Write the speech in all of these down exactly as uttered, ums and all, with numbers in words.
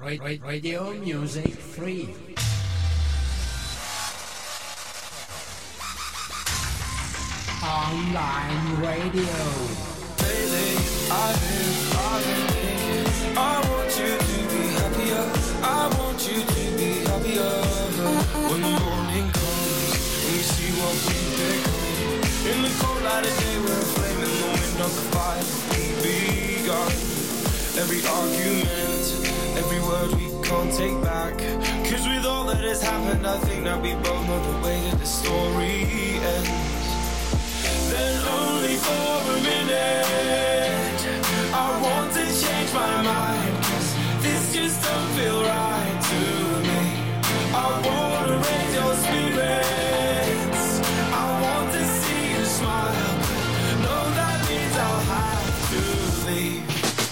Radio Music Free. Online radio. Lately, I've been, I've been thinking, I want you to be happier. I want you to be happier. When the morning comes, and we see what we've become. In the cold light of day, we're a flame in the wind of the fire we've begun. Every argument, every word we can't take back. Cause with all that has happened, I think that we both know the way that the story ends. Then only for a minute I want to change my mind, cause this just don't feel right to me. I wanna raise your spirits, I want to see you smile, but no, that means I'll have to leave.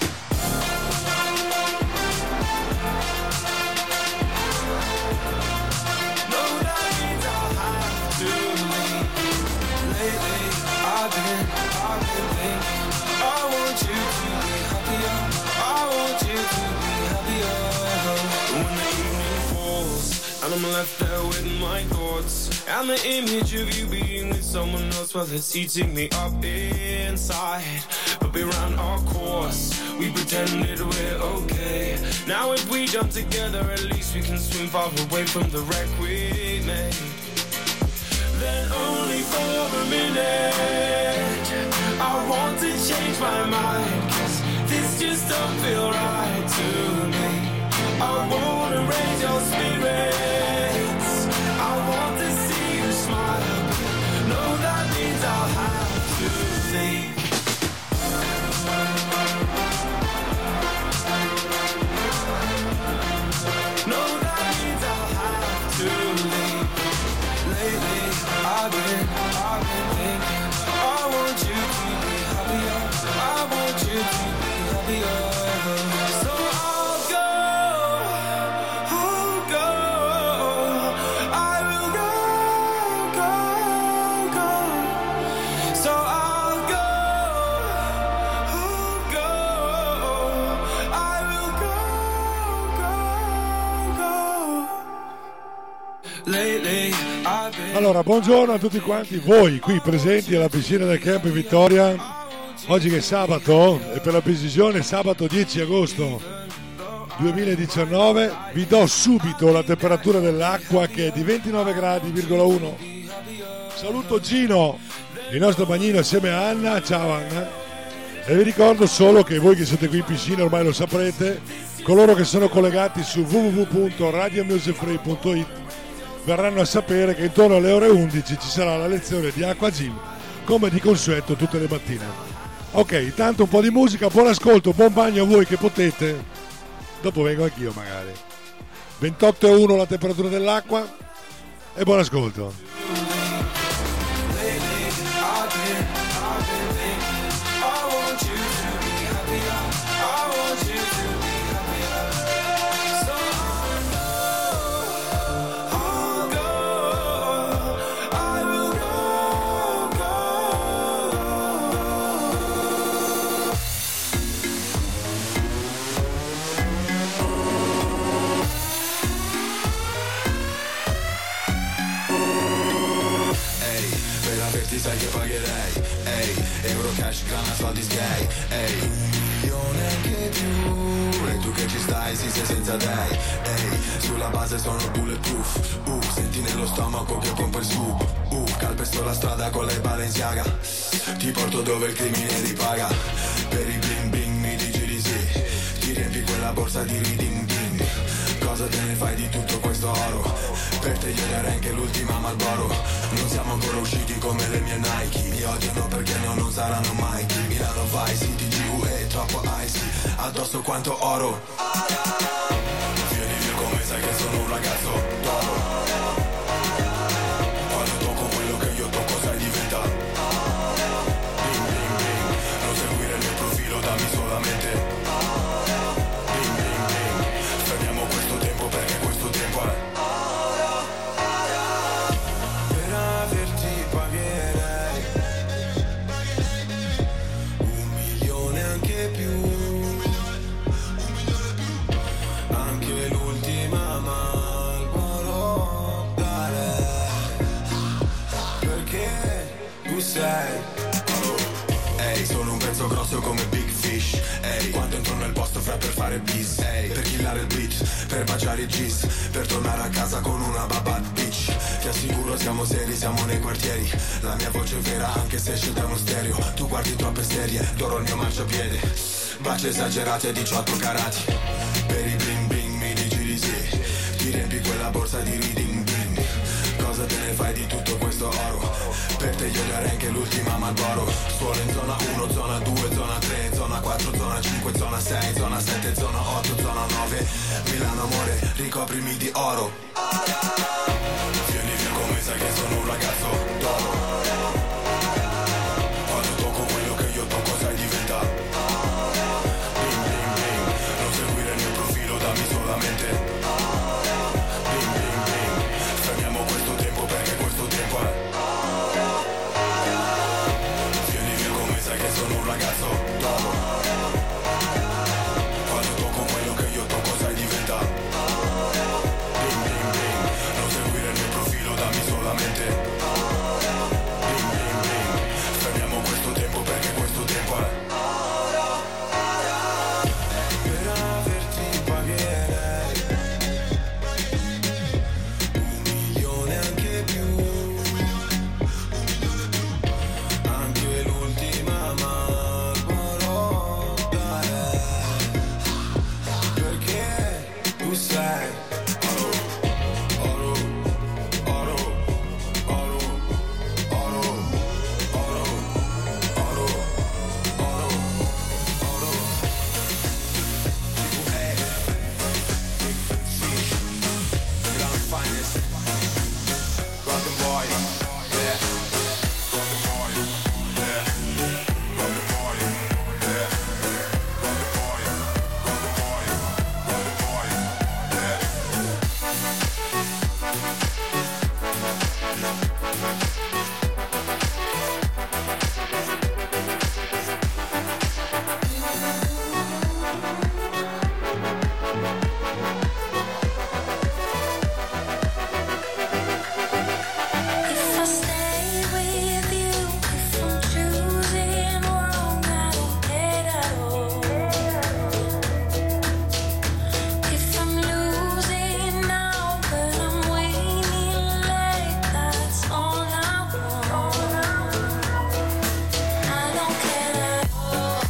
No, that means I'll have to leave. Lately I've been, I've been thinking, I want you to be happier, I want you to be happier. When the evening falls and I'm left there with my thoughts, and the image of you being with someone else, well, it's eating me up inside. But we ran our course, we pretended we're okay. Now if we jump together, at least we can swim far away from the wreck we made. Then only for a minute I want to change my mind, cause this just don't feel right to me. I wanna raise your spirits, I want to see you smile, no, that means I'll have to leave. No, that means I'll have to leave. Lately I've been, I've been thinking, I want you to be happier, I want you to be happier. So I'll go, I'll go, I will go, go, go. So I'll go, I'll go, I will go, go, go. Lately I've been. Allora, buongiorno a tutti quanti voi qui presenti alla piscina del Camp Vittoria. Oggi che è sabato, e per la precisione sabato dieci agosto duemiladiciannove, vi do subito la temperatura dell'acqua che è di ventinove gradi virgola uno. Saluto Gino, il nostro bagnino, assieme a Anna. Ciao Anna. E vi ricordo solo che voi che siete qui in piscina ormai lo saprete, coloro che sono collegati su w w w punto radio music free punto it verranno a sapere che intorno alle ore undici ci sarà la lezione di Acqua Gym, come di consueto tutte le mattine. Ok, intanto un po' di musica, buon ascolto, buon bagno a voi che potete. Dopo vengo anch'io magari. ventotto e uno la temperatura dell'acqua e buon ascolto. Sai che pagherei, ehi, euro cash, grana, soldi sgay, ehi, un milione anche più, e tu che ci stai, sì, sei senza dei, ehi, sulla base sono bulletproof, uh, senti nello stomaco che pompa il scoop, uh, calpesto la strada con le Balenciaga, ti porto dove il crimine ripaga, per i bling bling mi dici di sì, ti riempi quella borsa di reading bling, cosa te ne fai di tutto questo oro? Per te io darei anche l'ultima Marlboro. Non siamo ancora usciti come le mie Nike. Mi odiano perché no, non saranno mai. Milano Vice, T G U E, troppo icy. Addosso quanto oro. Vieni via come sai che sono un ragazzo d'oro. Quando tocco quello che io tocco sai diventa bing bing bing. Non seguire il mio profilo, dammi solamente bing bing bing. Fermiamo questo tempo perché questo tempo è anche sei. Ehi, sono un pezzo grosso come Big Fish. Ehi, quando entro nel posto fra per fare bis. Ehi, per killare il beat, per baciare i gis, per tornare a casa con una bad bitch. Ti assicuro siamo seri, siamo nei quartieri. La mia voce è vera anche se esce da uno stereo. Tu guardi troppe serie, d'oro il mio marciapiede. Baci esagerati a diciotto carati. Per i bling bling mi dici di sì. Ti riempi quella borsa di reading bling. Cosa te ne fai di tutto questo oro? Per te io darei anche l'ultima Marlboro. Suono in zona uno, zona due, zona tre, zona quattro, zona cinque, zona sei, zona sette, zona otto, zona nove. Milano amore, ricoprimi di oro. Vieni via come sai che sono un ragazzo d'oro. Quando tocco quello che io tocco sai diventa. Bling bling bling. Non seguire il mio profilo, dammi solamente. Bling bling bling. Fermiamo questo tempo perché questo tempo è. Vieni via come sai che sono un ragazzo d'oro. Quando tocco quello che io tocco sai diventa. Bling bling bling. Non seguire il mio profilo, dammi solamente. Bling bling bling. Fermiamo questo tempo perché questo tempo è. Per averti pagherei un milione anche più. Anche l'ultima Marlboro darei. Perché tu sei oro, oro, oro, oro, oro, oro, oro, oro, oro. Hey, sì, Grand Finest, Golden Boy, yeah. Golden Boy, yeah. Golden Boy, yeah. Golden Boy, Golden Boy, Golden Boy, yeah. If I stay with you, if I'm choosing wrong, I don't care at all. If I'm losing now, but I'm winning late, that's all I want. I don't care at all.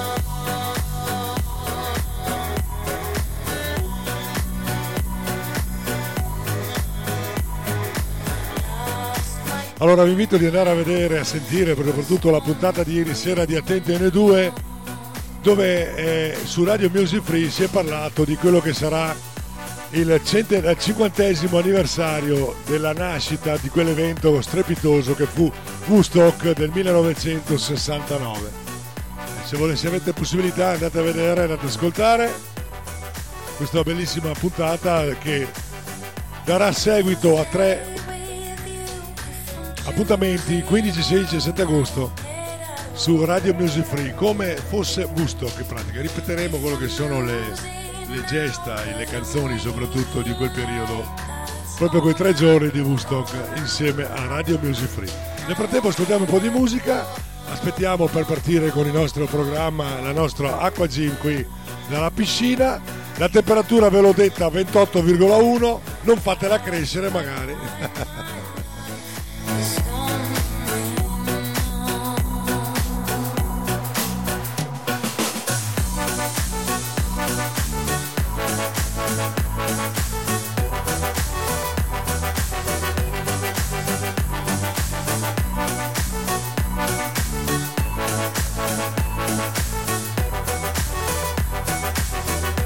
Allora vi invito di andare a vedere, a sentire soprattutto la puntata di ieri sera di Attenti N due, dove eh, su Radio Music Free si è parlato di quello che sarà il, cente- il cinquantesimo anniversario della nascita di quell'evento strepitoso che fu Woodstock del millenovecentosessantanove. Se volete, se avete possibilità, andate a vedere, andate ad ascoltare questa bellissima puntata che darà seguito a tre appuntamenti quindici, sedici e sette agosto su Radio Music Free, come fosse Woodstock in pratica. Ripeteremo quello che sono le, le gesta e le canzoni soprattutto di quel periodo, proprio quei tre giorni di Woodstock insieme a Radio Music Free. Nel frattempo ascoltiamo un po' di musica, aspettiamo per partire con il nostro programma, la nostra Acqua Gym qui dalla piscina. La temperatura ve l'ho detta ventotto virgola uno, non fatela crescere magari.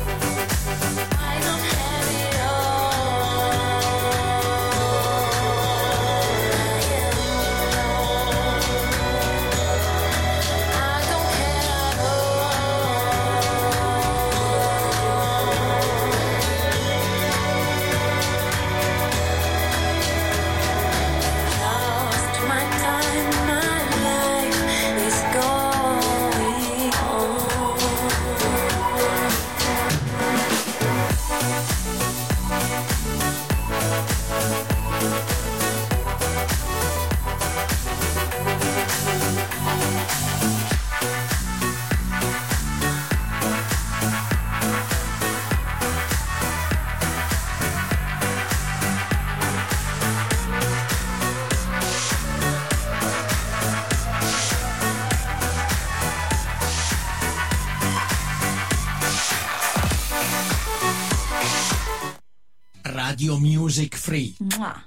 I don't have it all. Radio Music Free. Mua.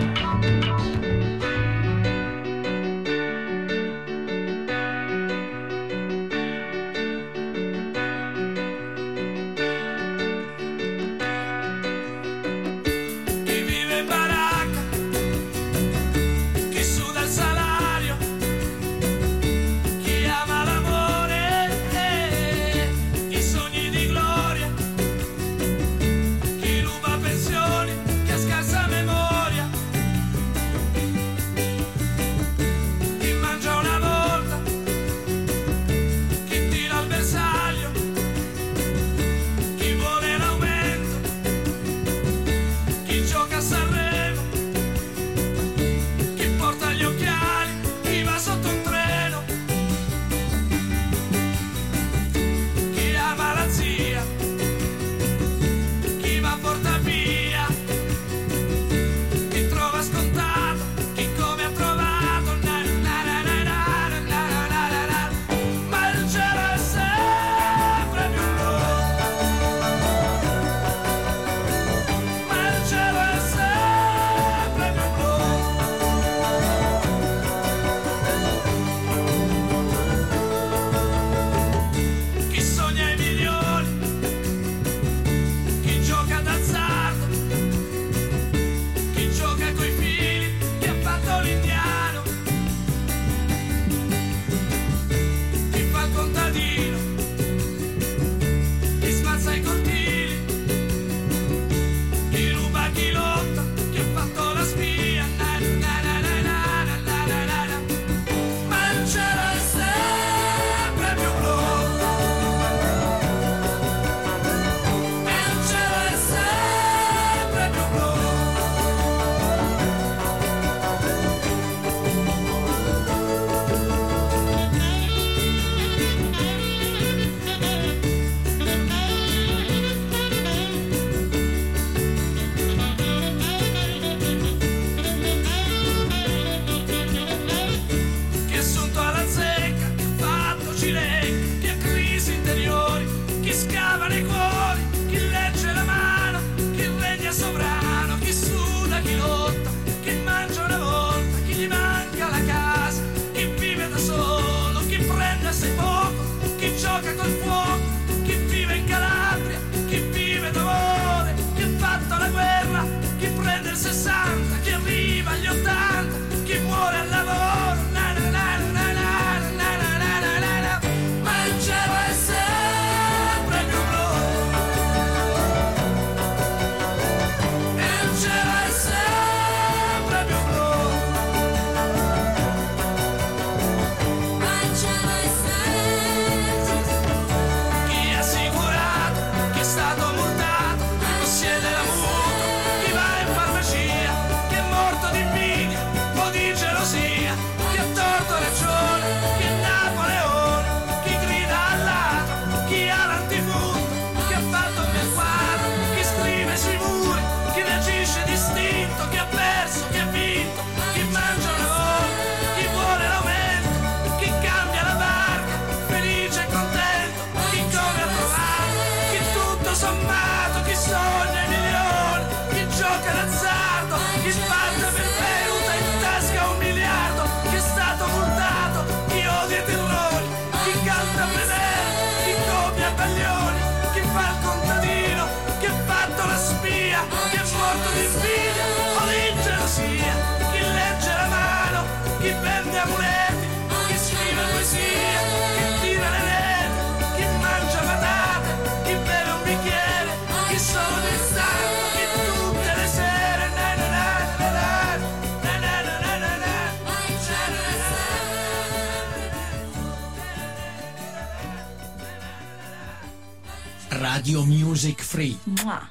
Radio Music Free. Mua.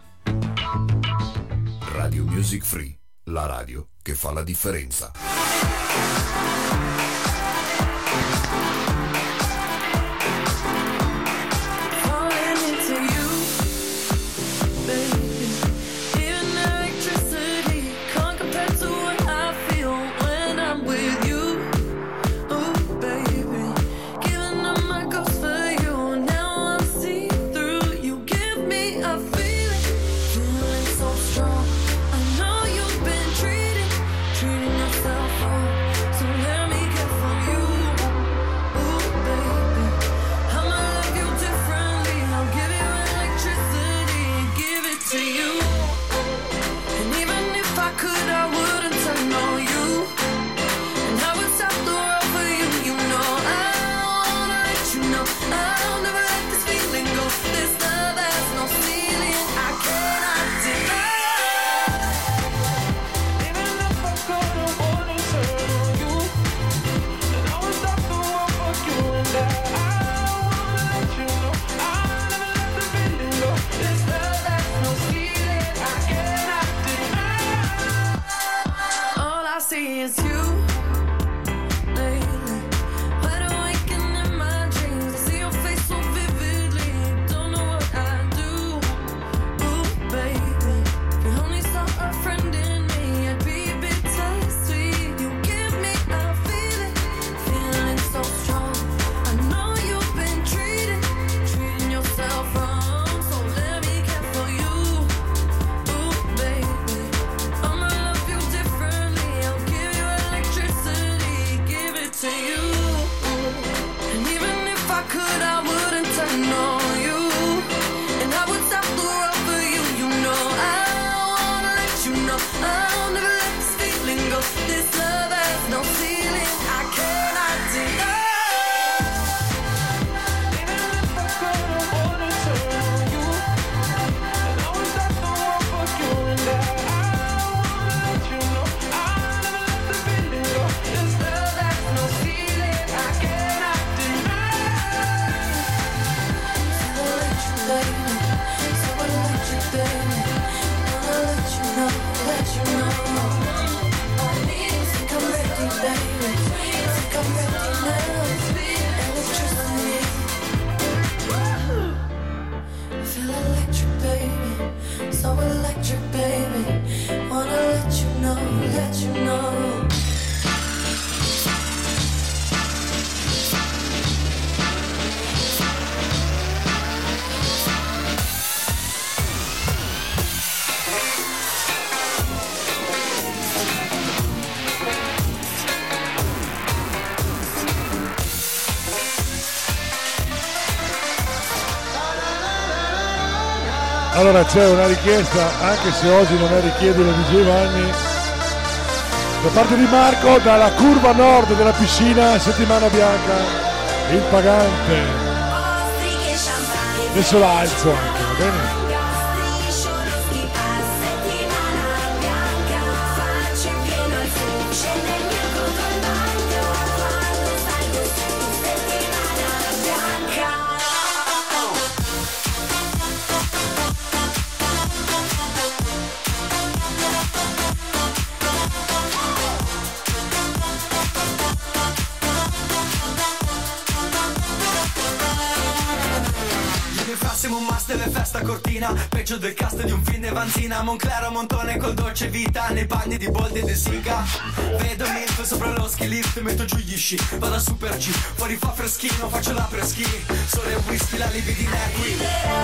Radio Music Free, la radio che fa la differenza. Strong. Allora c'è una richiesta, anche se oggi non è richiedere di Giovanni, da parte di Marco, dalla curva nord della piscina, settimana bianca, il pagante. Adesso l'alzo anche, va bene? Siamo un master e festa cortina, peggio del cast di un film di Vanzina. Monclero Montone col dolce vita, nei panni di Boldi e De Sica. Vedo l'Inf sopra lo ski lift, metto giù gli sci, vado a Super G, fuori fa freschino, faccio la preschi. Sole e whisky, la libidina è qui.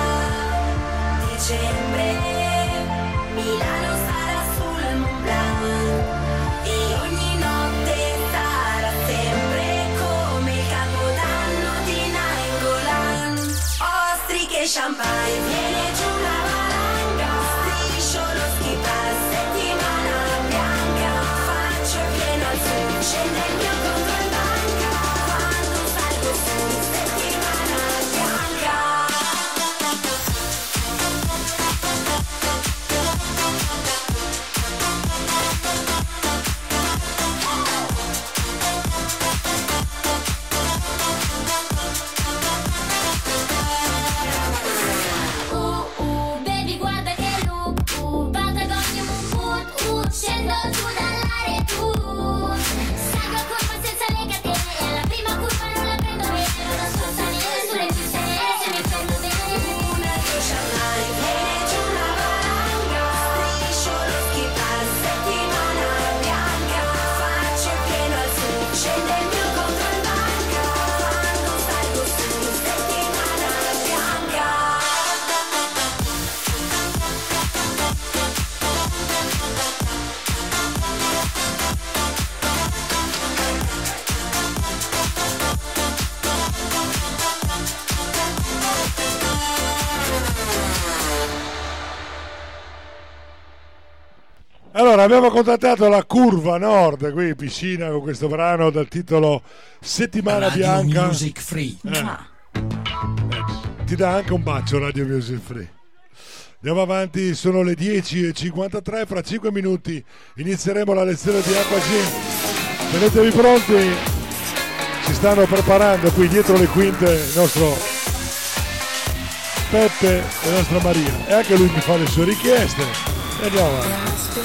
Dicembre, Milano sarà sul Mont Blanc e ogni notte sarà sempre come il capodanno di Nainggolan. Ostriche e champagne, viene giù una valanga, striscio lo ski pass, settimana bianca, faccio pieno al sud, scende il mio conto in banca, quando salgo su, settimana bianca. Scendo giù dall'area tu, salgo a curva senza le catene e alla prima curva non la prendo bene, non sostenere sulle piste se mi prendo bene. Una goccia mai, viene giù una valanga, striscio lo ski pass, settimana bianca, faccio pieno al sud, scende il mio conto in banca, quando salgo su, settimana bianca. Allora, abbiamo contattato la curva nord qui, piscina, con questo brano dal titolo Settimana Radio Bianca. Music Free. Eh. Ti dà anche un bacio Radio Music Free. Andiamo avanti, sono le dieci e cinquantatré, fra cinque minuti inizieremo la lezione di Acqua Gin. Tenetevi pronti, si stanno preparando qui dietro le quinte il nostro Peppe e la nostra Maria, e anche lui mi fa le sue richieste e andiamo avanti.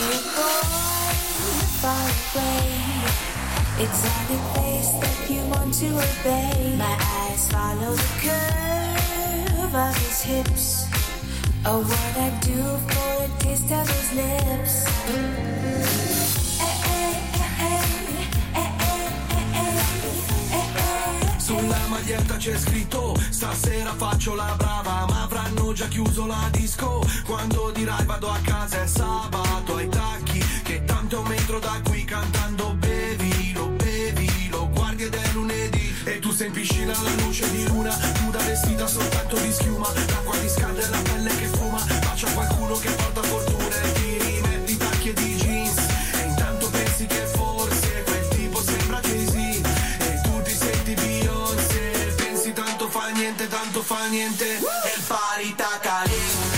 It's on the face that you want to obey. My eyes follow the curve of his hips. Oh, what I do for a taste of his lips. Eh, eh, eh, eh, eh, eh, eh, eh, eh. Sulla maglietta c'è scritto stasera faccio la brava, ma avranno già chiuso la disco quando dirai vado a casa, è sabato ai tacchi, che tanto è un metro da qui, cantando bevilo, bevilo, guardi ed è lunedì e tu sei in piscina alla luce di luna, nuda vestita soltanto di schiuma, l'acqua ti scalda e la pelle che fuma, bacia qualcuno che porta fortuna e ti rimetti i tacchi e di jeans e intanto pensi che forse quel tipo sembra Jay-Z e tu ti senti Beyoncé, pensi tanto fa niente, tanto fa niente e il party sta caliente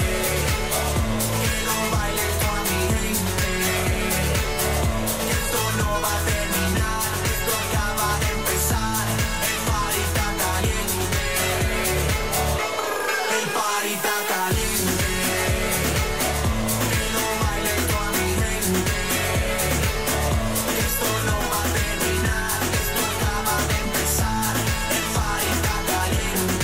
que no bailes con mi gente, que esto no va a terminar, esto acaba de empezar, el party está caliente, el party está caliente, que no bailes con mi gente, que esto no va a terminar, esto acaba de empezar, el party está caliente.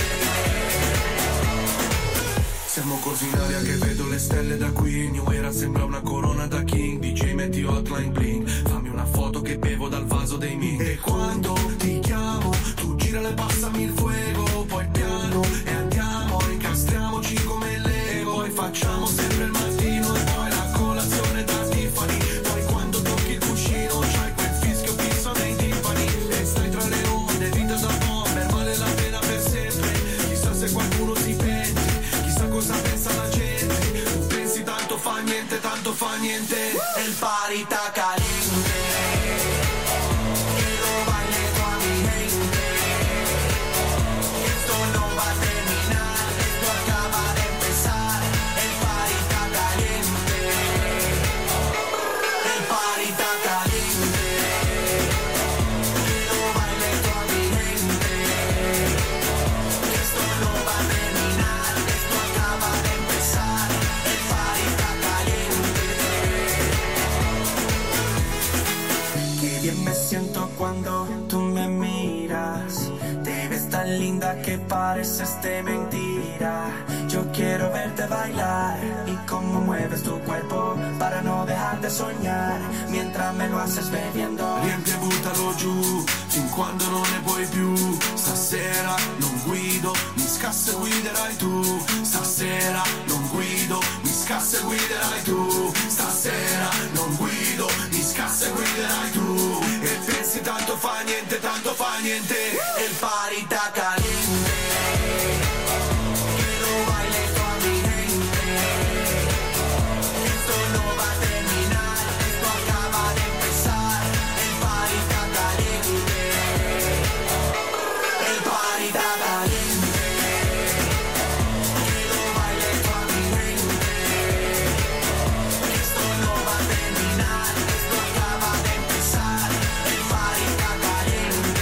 Siamo così in aria che vedo le stelle da qui, New Era sembra una corona da king, D J metti hotline bling, fammi una foto che bevo dal vaso dei miei. E quando ti chiamo, tu girale, passami il fuego, poi piano e andiamo, incastriamoci come Lego, poi facciamo sempre il mattino e poi la colazione da Tiffany, poi quando tocchi il cuscino c'hai quel fischio fisso nei timpani e stai tra le onde, vita da bomber, vale la pena per sempre, chissà se qualcuno si pente, chissà cosa pensa la gente. niente, tanto fa niente. El party está caliente. Que lo baile toda mi gente. Esto no va a terminar, esto acaba de empezar. El party está caliente. El party está caliente. Que lo baile toda mi gente. Esto no va a terminar, esto acaba de empezar. El party está caliente. Qué bien me siento cuando tú me miras. Te ves tan linda que pareces de mentira. Yo quiero verte bailar y cómo mueves tu cuerpo para no dejar de soñar mientras me lo haces beviendo. Riempie e buttalo giù fin quando non ne puoi più. Stasera non guido, mi scassa e guiderai tu. Stasera non guido, mi scassa e guiderai tu. Stasera non guido, mi scassa e guiderai tu. E pensi tanto fa niente, tanto fa niente. E il party está caliente. Que lo baile toda mi gente. Esto no va a terminar, esto acaba de empezar. El party está caliente. El party está caliente. Que lo baile toda mi gente. Esto no va a terminar, esto acaba de empezar. El party está caliente.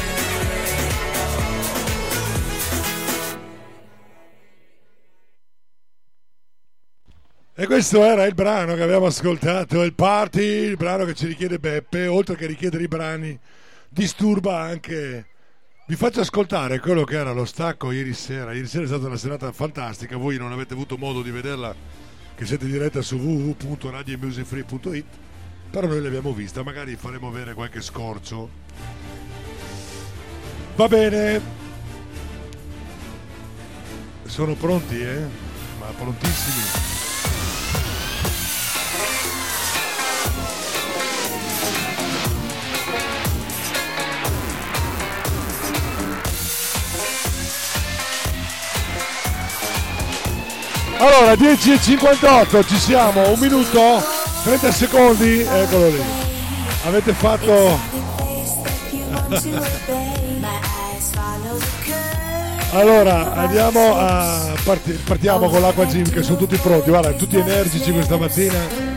E questo era il brano che abbiamo ascoltato, il Party, il brano che ci richiede Beppe, oltre che richiedere i brani, disturba anche. Vi faccio ascoltare quello che era lo stacco ieri sera. Ieri sera è stata una serata fantastica, voi non avete avuto modo di vederla, che siete in diretta su w w w punto radio music free punto it, però noi l'abbiamo vista, magari faremo avere qualche scorcio. Va bene. Sono pronti, eh? Ma prontissimi. Allora, dieci e cinquantotto, ci siamo, un minuto, trenta secondi, eccolo lì. Avete fatto... Allora, andiamo a... Parti... partiamo con l'Aqua Gym, che sono tutti pronti, guarda, tutti energici questa mattina.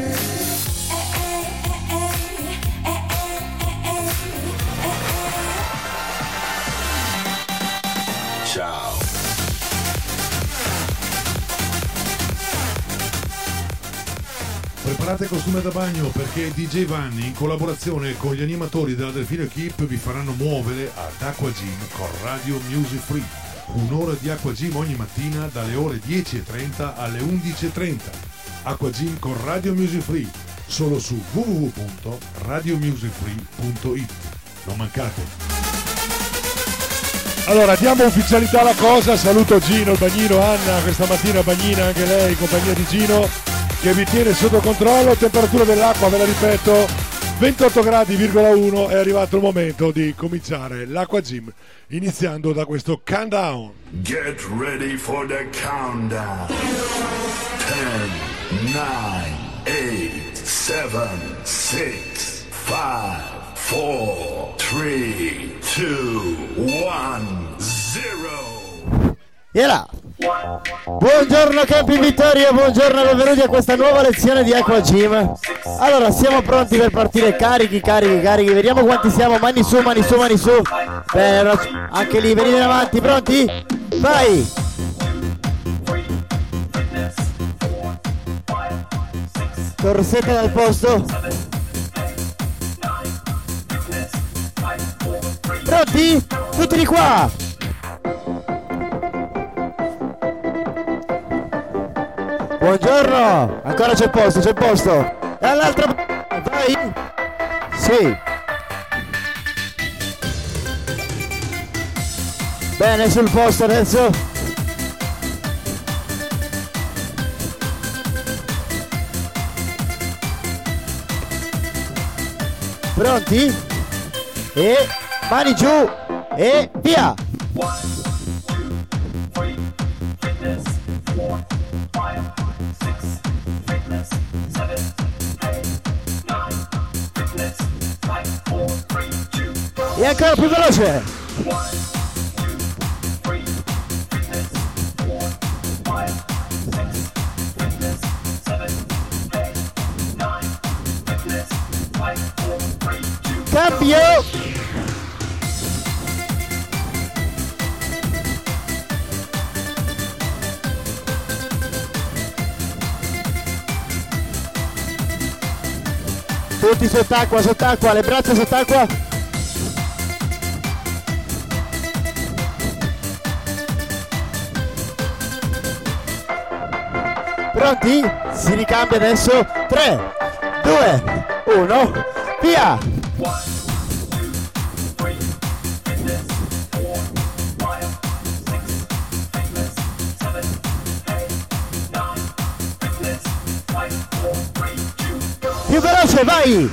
Preparate costume da bagno perché D J Vanni in collaborazione con gli animatori della Delfino Equipe vi faranno muovere ad Aqua Gym con Radio Music Free. Un'ora di Aqua Gym ogni mattina dalle ore dieci e trenta alle undici e trenta. Aqua Gym con Radio Music Free, solo su w w w punto radio music free punto it. Non mancate. Allora, diamo ufficialità alla cosa. Saluto Gino, il bagnino, Anna, questa mattina bagnina anche lei, compagnia di Gino, che vi tiene sotto controllo. Temperatura dell'acqua, ve la ripeto, ventotto gradi virgola uno. È arrivato il momento di cominciare l'Aqua Gym, iniziando da questo countdown. Get ready for the countdown. ten, nine, eight, seven, six, five, four, three, two, one, zero. E là. Buongiorno Campi Vittoria, buongiorno, benvenuti a questa nuova lezione di Aqua Gym. Allora, siamo pronti per partire, carichi, carichi, carichi. Vediamo quanti siamo, mani su, mani su, mani su. Bene, anche lì, venite avanti, pronti? Vai! Corsetta dal posto. Pronti? Tutti di qua! Buongiorno, ancora c'è posto, c'è posto. Dall'altra parte, vai. Sì. Bene, sul posto adesso. Pronti? E mani giù e via. E ancora più veloce. Cambio. Tutti sott'acqua, sott'acqua, le braccia sott'acqua. Pronti? Si ricambia adesso. tre, due, uno, via! Più veloce, vai!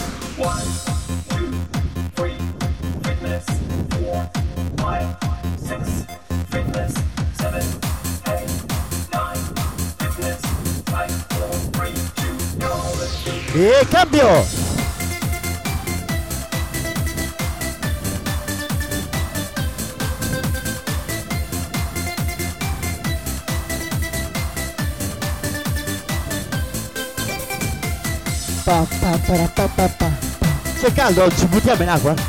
E cambio! Pa, pa, para, pa, pa, pa. C'è caldo, ci buttiamo in acqua?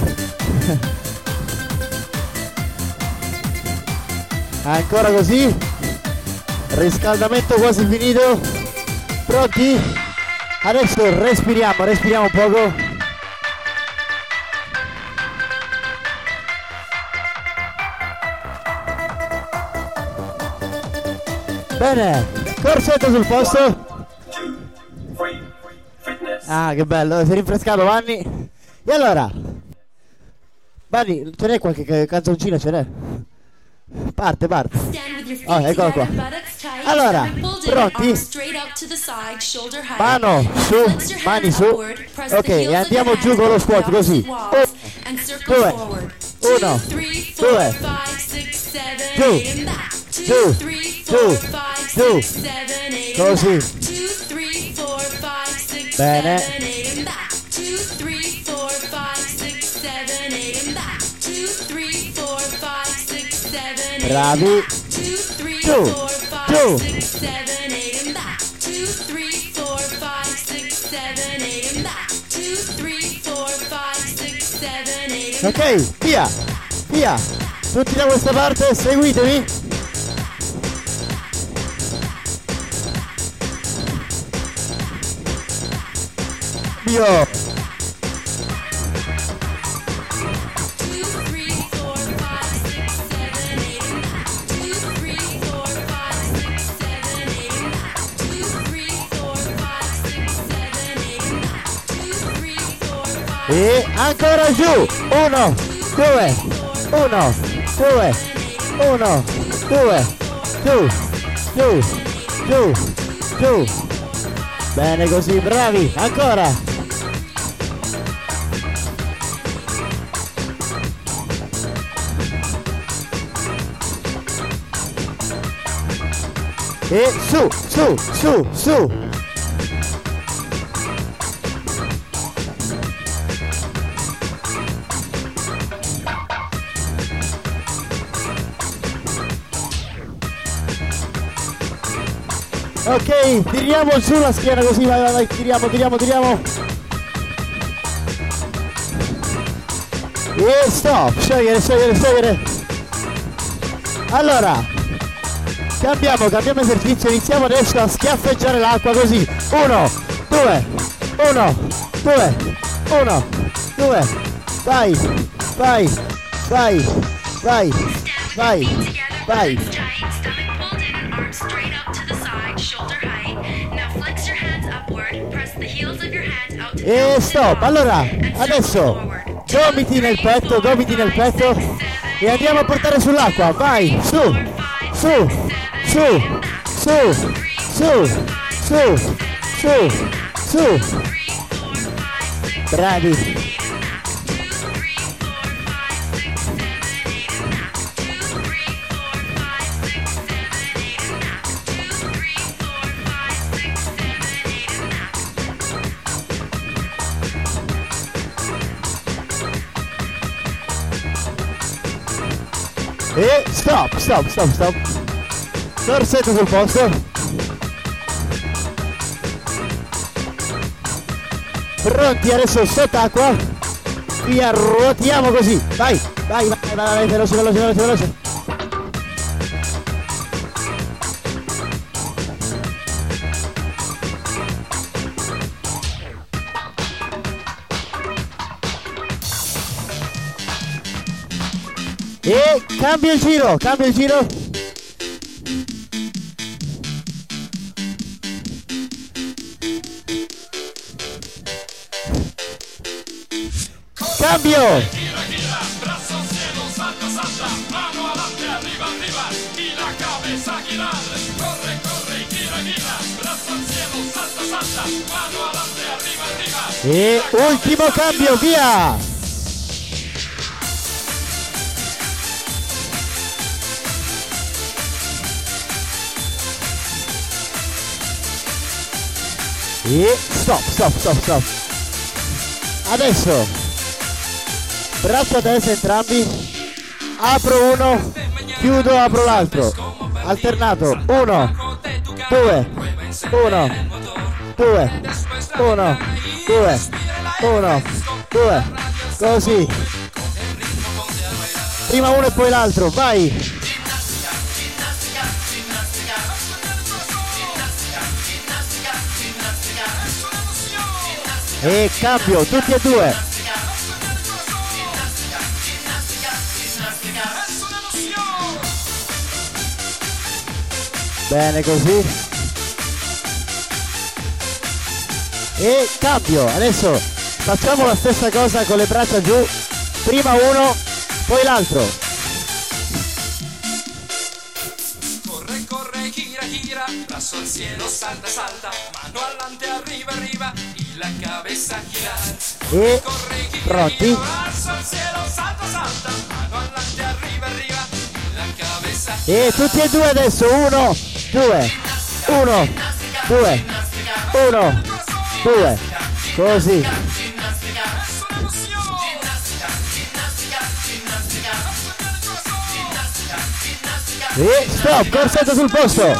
Ancora così? Riscaldamento quasi finito. Pronti? Adesso respiriamo, respiriamo un poco. Bene, corsetto sul posto. Ah, che bello, si è rinfrescato Vanni. E allora? Vanni, ce n'è qualche canzoncina, ce n'è? Parte, parte. Oh, eccolo qua. Allora, pronti? Mano su, mani su. Ok, e andiamo giù con lo squat così. Due, uno, due, giù, giù, giù, giù, così. Bene. Bravi. Giù, giù. Ok, via, via. Tutti da questa parte, seguitemi. Io. E ancora giù. Uno, due, uno, due, uno, due, giù, giù, giù, giù. Bene così, bravi, ancora. E su, su, su, su. Ok, tiriamo su la schiena così, vai, vai, vai, tiriamo, tiriamo, tiriamo. E stop, sciogliere, sciogliere, sciogliere. Allora, cambiamo, cambiamo esercizio, iniziamo adesso a schiaffeggiare l'acqua così. Uno, due, uno, due, uno, due, vai, vai, vai, vai, vai, vai. E stop, allora, adesso gomiti nel petto, gomiti nel petto e andiamo a portare sull'acqua, vai, su, su, su, su, su, su, su, su, bravi. E stop, stop, stop, stop. Corsetto sul posto. Pronti adesso sott'acqua. Via, ruotiamo così. Vai, vai, vai, vai, vai, veloce, veloce, veloce, veloce. E cambia il giro, cambia il giro. Cambio. E ultimo cambio, via. E stop, stop, stop, stop. Adesso braccia a destra entrambi. Apro uno, chiudo, apro l'altro. Alternato. Uno, due, uno, due, uno, due, uno, due. Così. Prima uno e poi l'altro. Vai. E cambio, tutti e due. Bene così. E cambio. Adesso facciamo la stessa cosa con le braccia giù. Prima uno, poi l'altro. Corre, corre, gira, gira, brazo al cielo, salta, salta, mano adelante, arriba, arriba, y la cabeza girar. E Corre, gira, pronti. gira, brazo al cielo, salta, salta, mano adelante, arriba, arriba, y la cabeza E tutti e due adesso. Uno, due, uno, due, uno, due. Così. E stop, corsetto sul posto.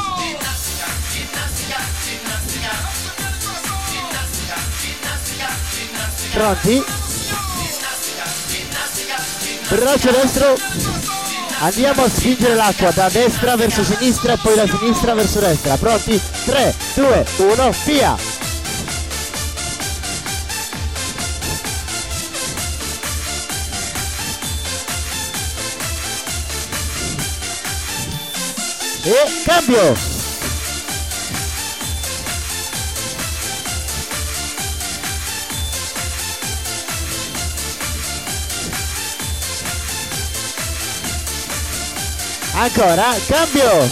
Pronti? Braccio destro. Andiamo a spingere l'acqua da destra verso sinistra e poi da sinistra verso destra. Pronti? tre, due, uno, via! E cambio! Ancora, cambio!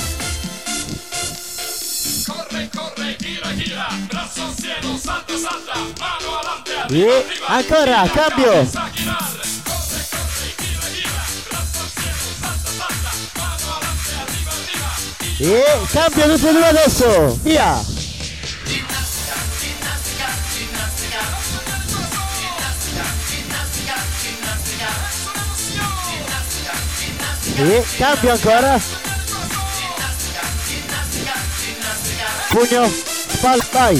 corre, corre, gira, gira, brazo al cielo, salta, salta, mano adelante, E arriba, arriba, ancora, y la cambio! cabeza a girar. Corre, corre, gira, gira, brazo al cielo, salta, salta, mano adelante, arriba, arriba, y E cambio tutti e due adesso! Via! E cambio ancora! Pugno, spalla, vai!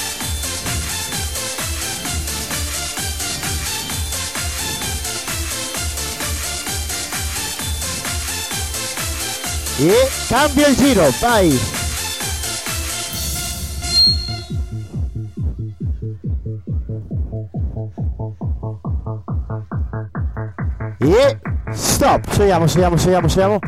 E cambio il giro, vai! E stop, scegliamo, scegliamo, scegliamo, scegliamo.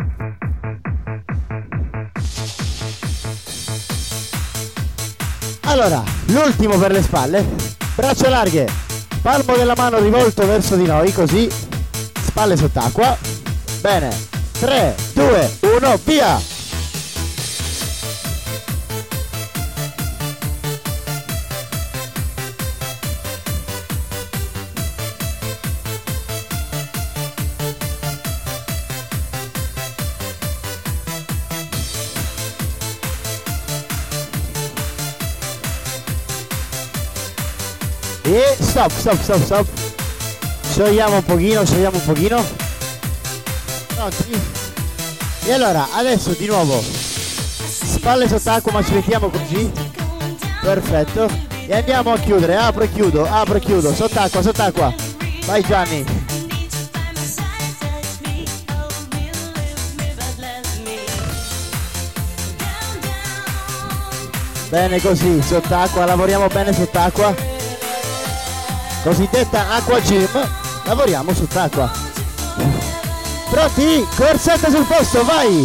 Allora, l'ultimo per le spalle, braccia larghe, palmo della mano rivolto verso di noi, così, spalle sott'acqua. Bene, tre, due, uno, via! E stop, stop, stop, stop. Sciogliamo un pochino, sciogliamo un pochino. Pronti? E allora, adesso di nuovo spalle sott'acqua, ma ci mettiamo così. Perfetto. E andiamo a chiudere, apro e chiudo, apro e chiudo, sott'acqua, sott'acqua. Vai Gianni. Bene così, sott'acqua, lavoriamo bene sott'acqua. Cosiddetta acqua gym, lavoriamo sott'acqua. Pronti? Corsetta sul posto, vai!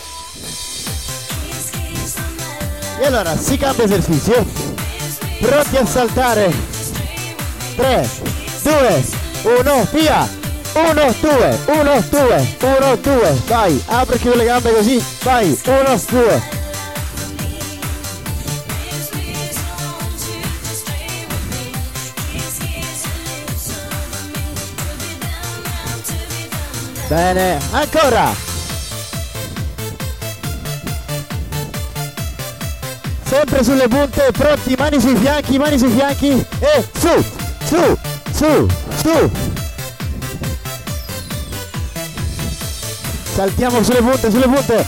E allora si cambia esercizio. Pronti a saltare. tre, due, uno, via! uno, due, uno, due, uno, due, vai! Apri e chiudi le gambe così, vai! uno, due. Bene, ancora! Sempre sulle punte, pronti, mani sui fianchi, mani sui fianchi e su, su, su, su! Saltiamo sulle punte, sulle punte!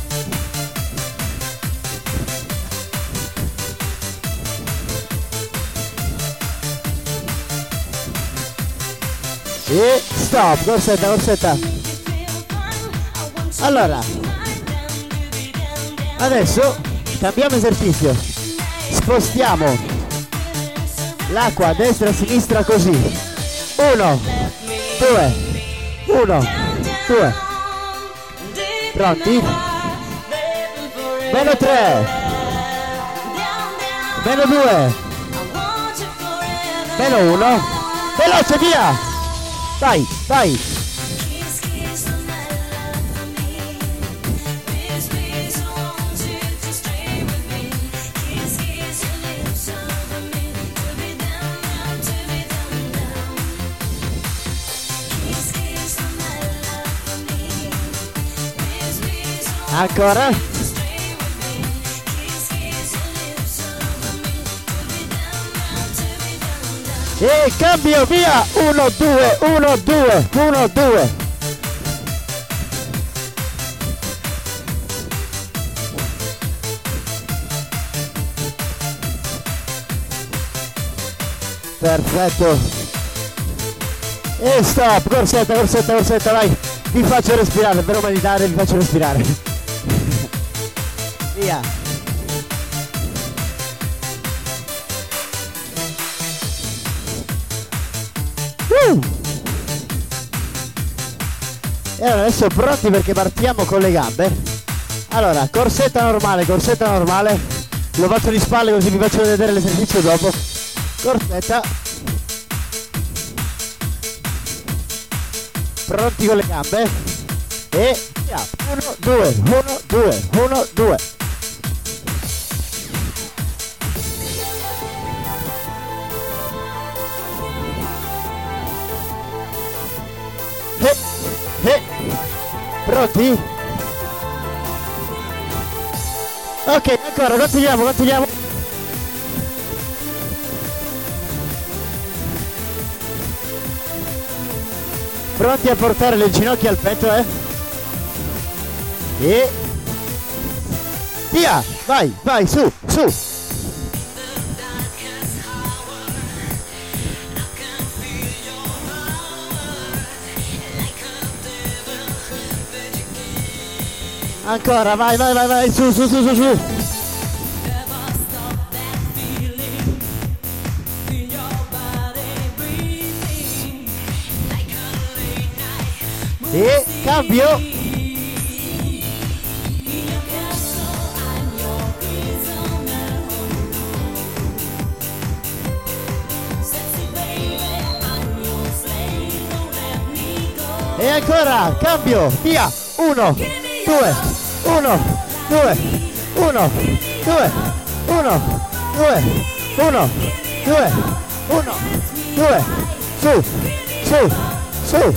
E stop, corsetta, corsetta. Allora, adesso cambiamo esercizio. Spostiamo l'acqua a destra e a sinistra così. Uno, due, uno, due. Pronti? Meno tre. Meno due. Meno uno. Veloce, via! Dai, dai! Ancora? E cambio, via! uno, due, uno, due, uno, due. Perfetto. E stop, corsetta, corsetta, corsetta, vai. Vi faccio respirare, per meditare, vi faccio respirare. Via. Uh! E allora adesso pronti perché partiamo con le gambe. Allora, corsetta normale, corsetta normale. Lo faccio di spalle così vi faccio vedere l'esercizio dopo. Corsetta. Pronti con le gambe. E via. uno, due, uno, due, uno, due. Eh, pronti? Ok, ancora, continuiamo, continuiamo. Pronti a portare le ginocchia al petto, eh? E via, vai, vai, su, su. Ancora, vai, vai, vai, vai, su, su, su, su, su. E cambio. E ancora, cambio, via, uno, due, uno, due, uno, due, uno, due, uno, due, uno, due, su, su, su.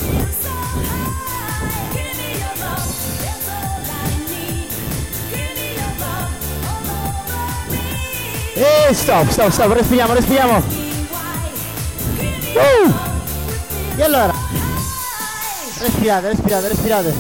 E stop, stop, stop, respiriamo, respiriamo. Uh! E allora, Respirate, respirate, respirate.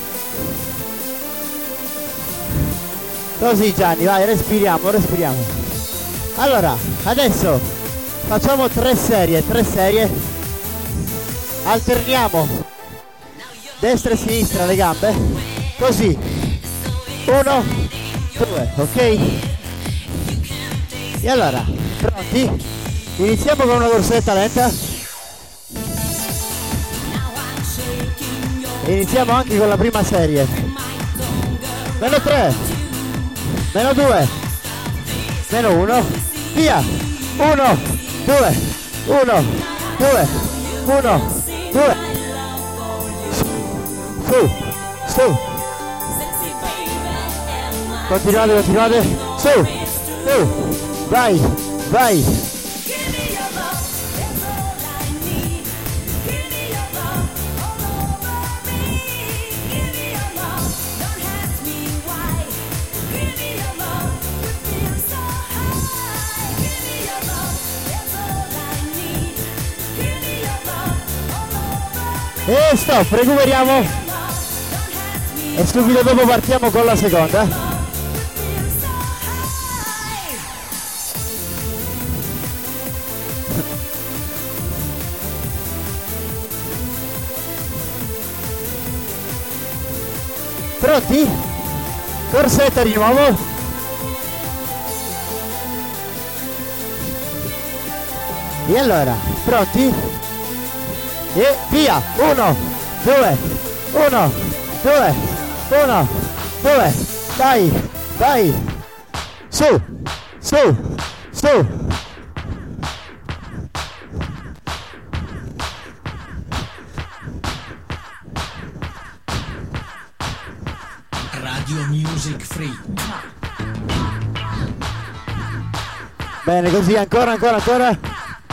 Così Gianni, vai, respiriamo, respiriamo. Allora, adesso facciamo tre serie, tre serie. Alterniamo destra e sinistra le gambe. Così. Uno, due, ok? E allora, pronti? Iniziamo con una corsetta lenta. E iniziamo anche con la prima serie. Meno tre, meno due, meno uno, via. Uno, due, uno, due, uno, due. Su, su. Continuate, continuate. Su, su. Vai, vai. E stop, recuperiamo e subito dopo partiamo con la seconda. Pronti? Corsetta di nuovo. E allora, pronti? E via! Uno, due, uno, due, uno, due, dai, dai, su, su, su. Radio Music Free. Bene, così, ancora, ancora, ancora.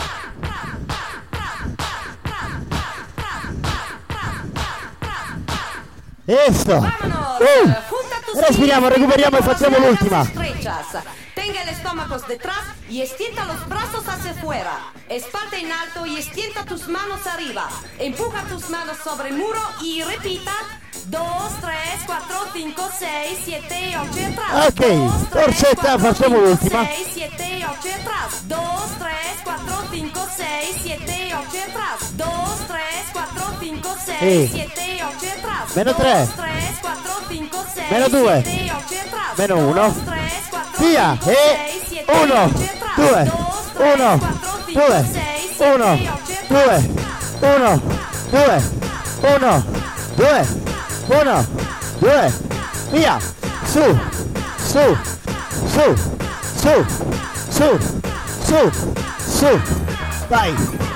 Eso. Uh. Respiriamo, recuperiamo y facciamo l'ultima. Tenga el estómago detrás y extienda los brazos hacia afuera. Espalda en alto y extienda tus manos arriba. Empuja tus manos sobre el muro y repita. dos, tres, cuatro, cinco, seis, siete, ocho atrás. Ok, corsetta, facciamo l'ultima. seis, siete, ocho atrás. dos, tres, cuatro, cinco, seis, siete, ocho atrás. dos, tres, cuatro, cinco, seis, siete, ocho atrás. Meno tre. Meno due. Meno uno. Via. E uno, due, uno, due, uno, due, uno, due, uno, due, uno, due, via. Su, su, su, su, su, su, su. Vai.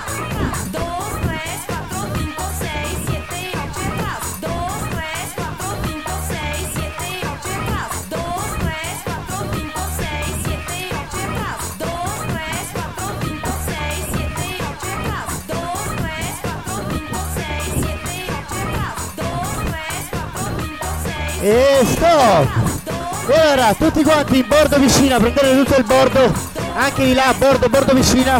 E stop! E ora tutti quanti in bordo vicina, prendete tutto il bordo, anche di là, bordo, bordo vicina.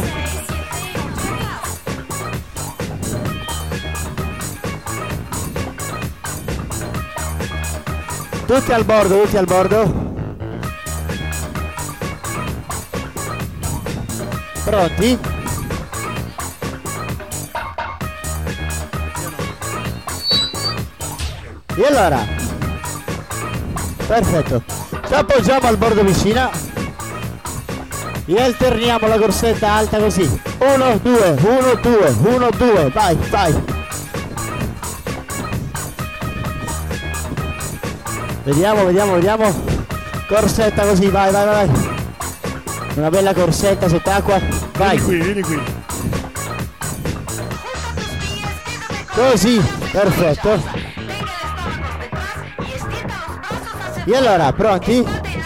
Tutti al bordo, tutti al bordo. Pronti? E allora? Perfetto, ci appoggiamo al bordo vicina e alterniamo la corsetta alta così. Uno, due, uno, due, uno, due, vai, vai. Vediamo, vediamo, vediamo. Corsetta così, vai, vai, vai, vai. Una bella corsetta sott'acqua, vai. Vieni qui, vieni qui. Così, perfetto. E allora, pronti?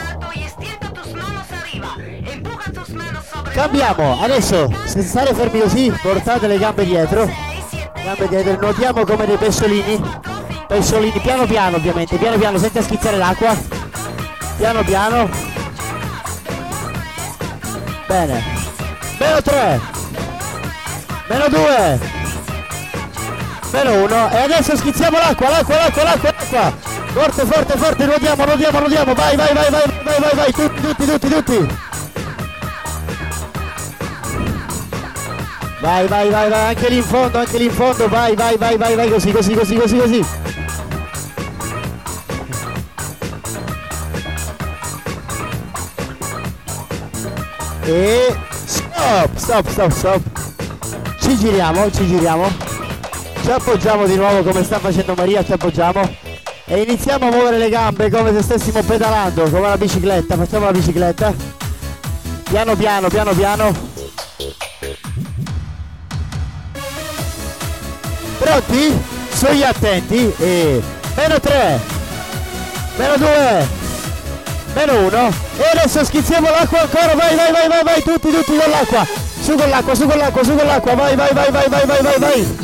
Cambiamo, adesso, senza stare fermi così, portate le gambe dietro. Gambe dietro, nuotiamo come dei pesciolini. Pesciolini, piano piano ovviamente, piano piano, senza schizzare l'acqua. Piano piano. Bene. Meno tre. Meno due. meno uno, e adesso schizziamo l'acqua, l'acqua, l'acqua, l'acqua, l'acqua, forte, forte, forte, nuotiamo, nuotiamo, nuotiamo, vai, vai, vai, vai, vai, vai, vai, tutti, tutti, tutti, tutti. Vai, vai, vai, vai, anche lì in fondo, anche lì in fondo, vai, vai, vai, vai, vai, così, così, così, così, così. E stop, stop, stop, stop. Ci giriamo, ci giriamo. Ci appoggiamo di nuovo come sta facendo Maria, ci appoggiamo. E iniziamo a muovere le gambe come se stessimo pedalando, come una bicicletta, facciamo la bicicletta. Piano piano, piano piano. Pronti? Sugli attenti. E meno tre, meno due, meno uno. E adesso schizziamo l'acqua ancora, vai, vai, vai, vai, vai, tutti, tutti con l'acqua. Su con l'acqua, su con l'acqua, su con l'acqua, vai, vai, vai, vai, vai, vai, vai, vai.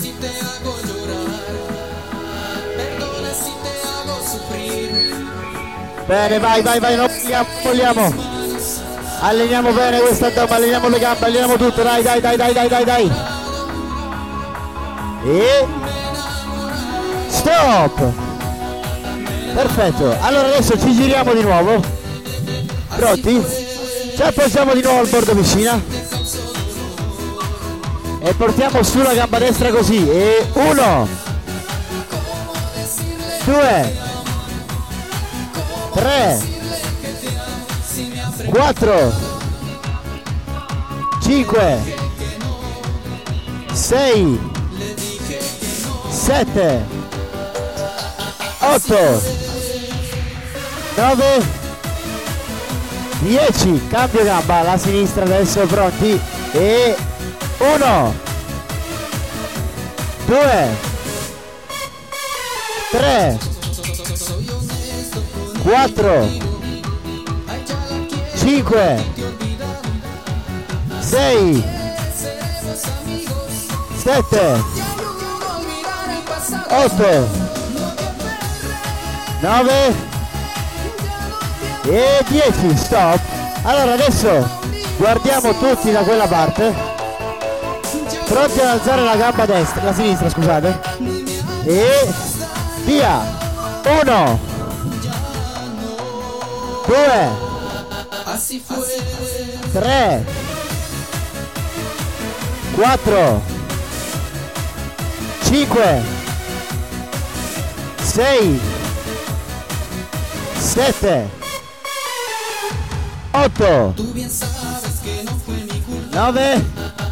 Bene, vai, vai, vai, non vogliamo, vogliamo. Alleniamo bene questa addome, alleniamo le gambe, alleniamo tutto, dai, dai, dai, dai, dai, dai, dai. E stop. Perfetto, allora adesso ci giriamo di nuovo. Pronti? Ci appoggiamo di nuovo al bordo piscina e portiamo su la gamba destra così. E uno, due, tre, quattro, cinque, sei, sette, otto, nove, dieci. Cambio gamba alla sinistra adesso, pronti? E uno, due, tre, quattro, cinque, sei, sette, otto, nove e dieci. Stop. Allora adesso guardiamo tutti da quella parte, pronti ad alzare la gamba destra, la sinistra scusate, e via. Uno, due, tre, quattro, cinque, sei, sette, otto, nove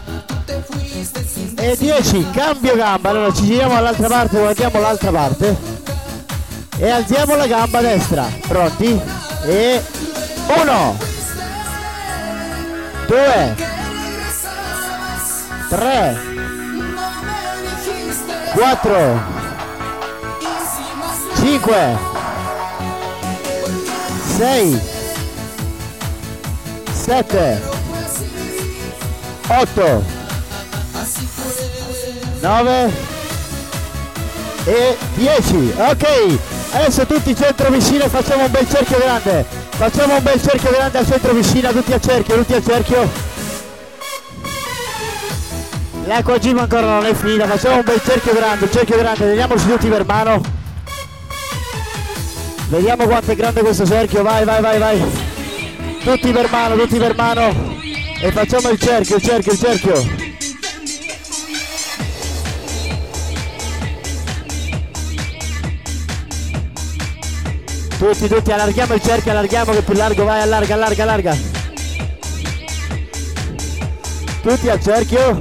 e dieci. Cambio gamba. Allora ci giriamo all'altra parte, guardiamo l'altra parte e alziamo la gamba destra. Pronti? E uno, due, tre, quattro, cinque, sei, sette, otto, nove e dieci. Ok, adesso tutti centro piscina e facciamo un bel cerchio grande. Facciamo un bel cerchio grande al centro piscina, tutti a cerchio, tutti a cerchio. L'acqua gym ancora non è finita, facciamo un bel cerchio grande, un cerchio grande, teniamoci tutti per mano. Vediamo quanto è grande questo cerchio, vai, vai, vai, vai. Tutti per mano, tutti per mano. E facciamo il cerchio, il cerchio, il cerchio. Tutti, tutti, allarghiamo il cerchio, allarghiamo che più largo, vai, allarga, allarga, allarga. Tutti al cerchio.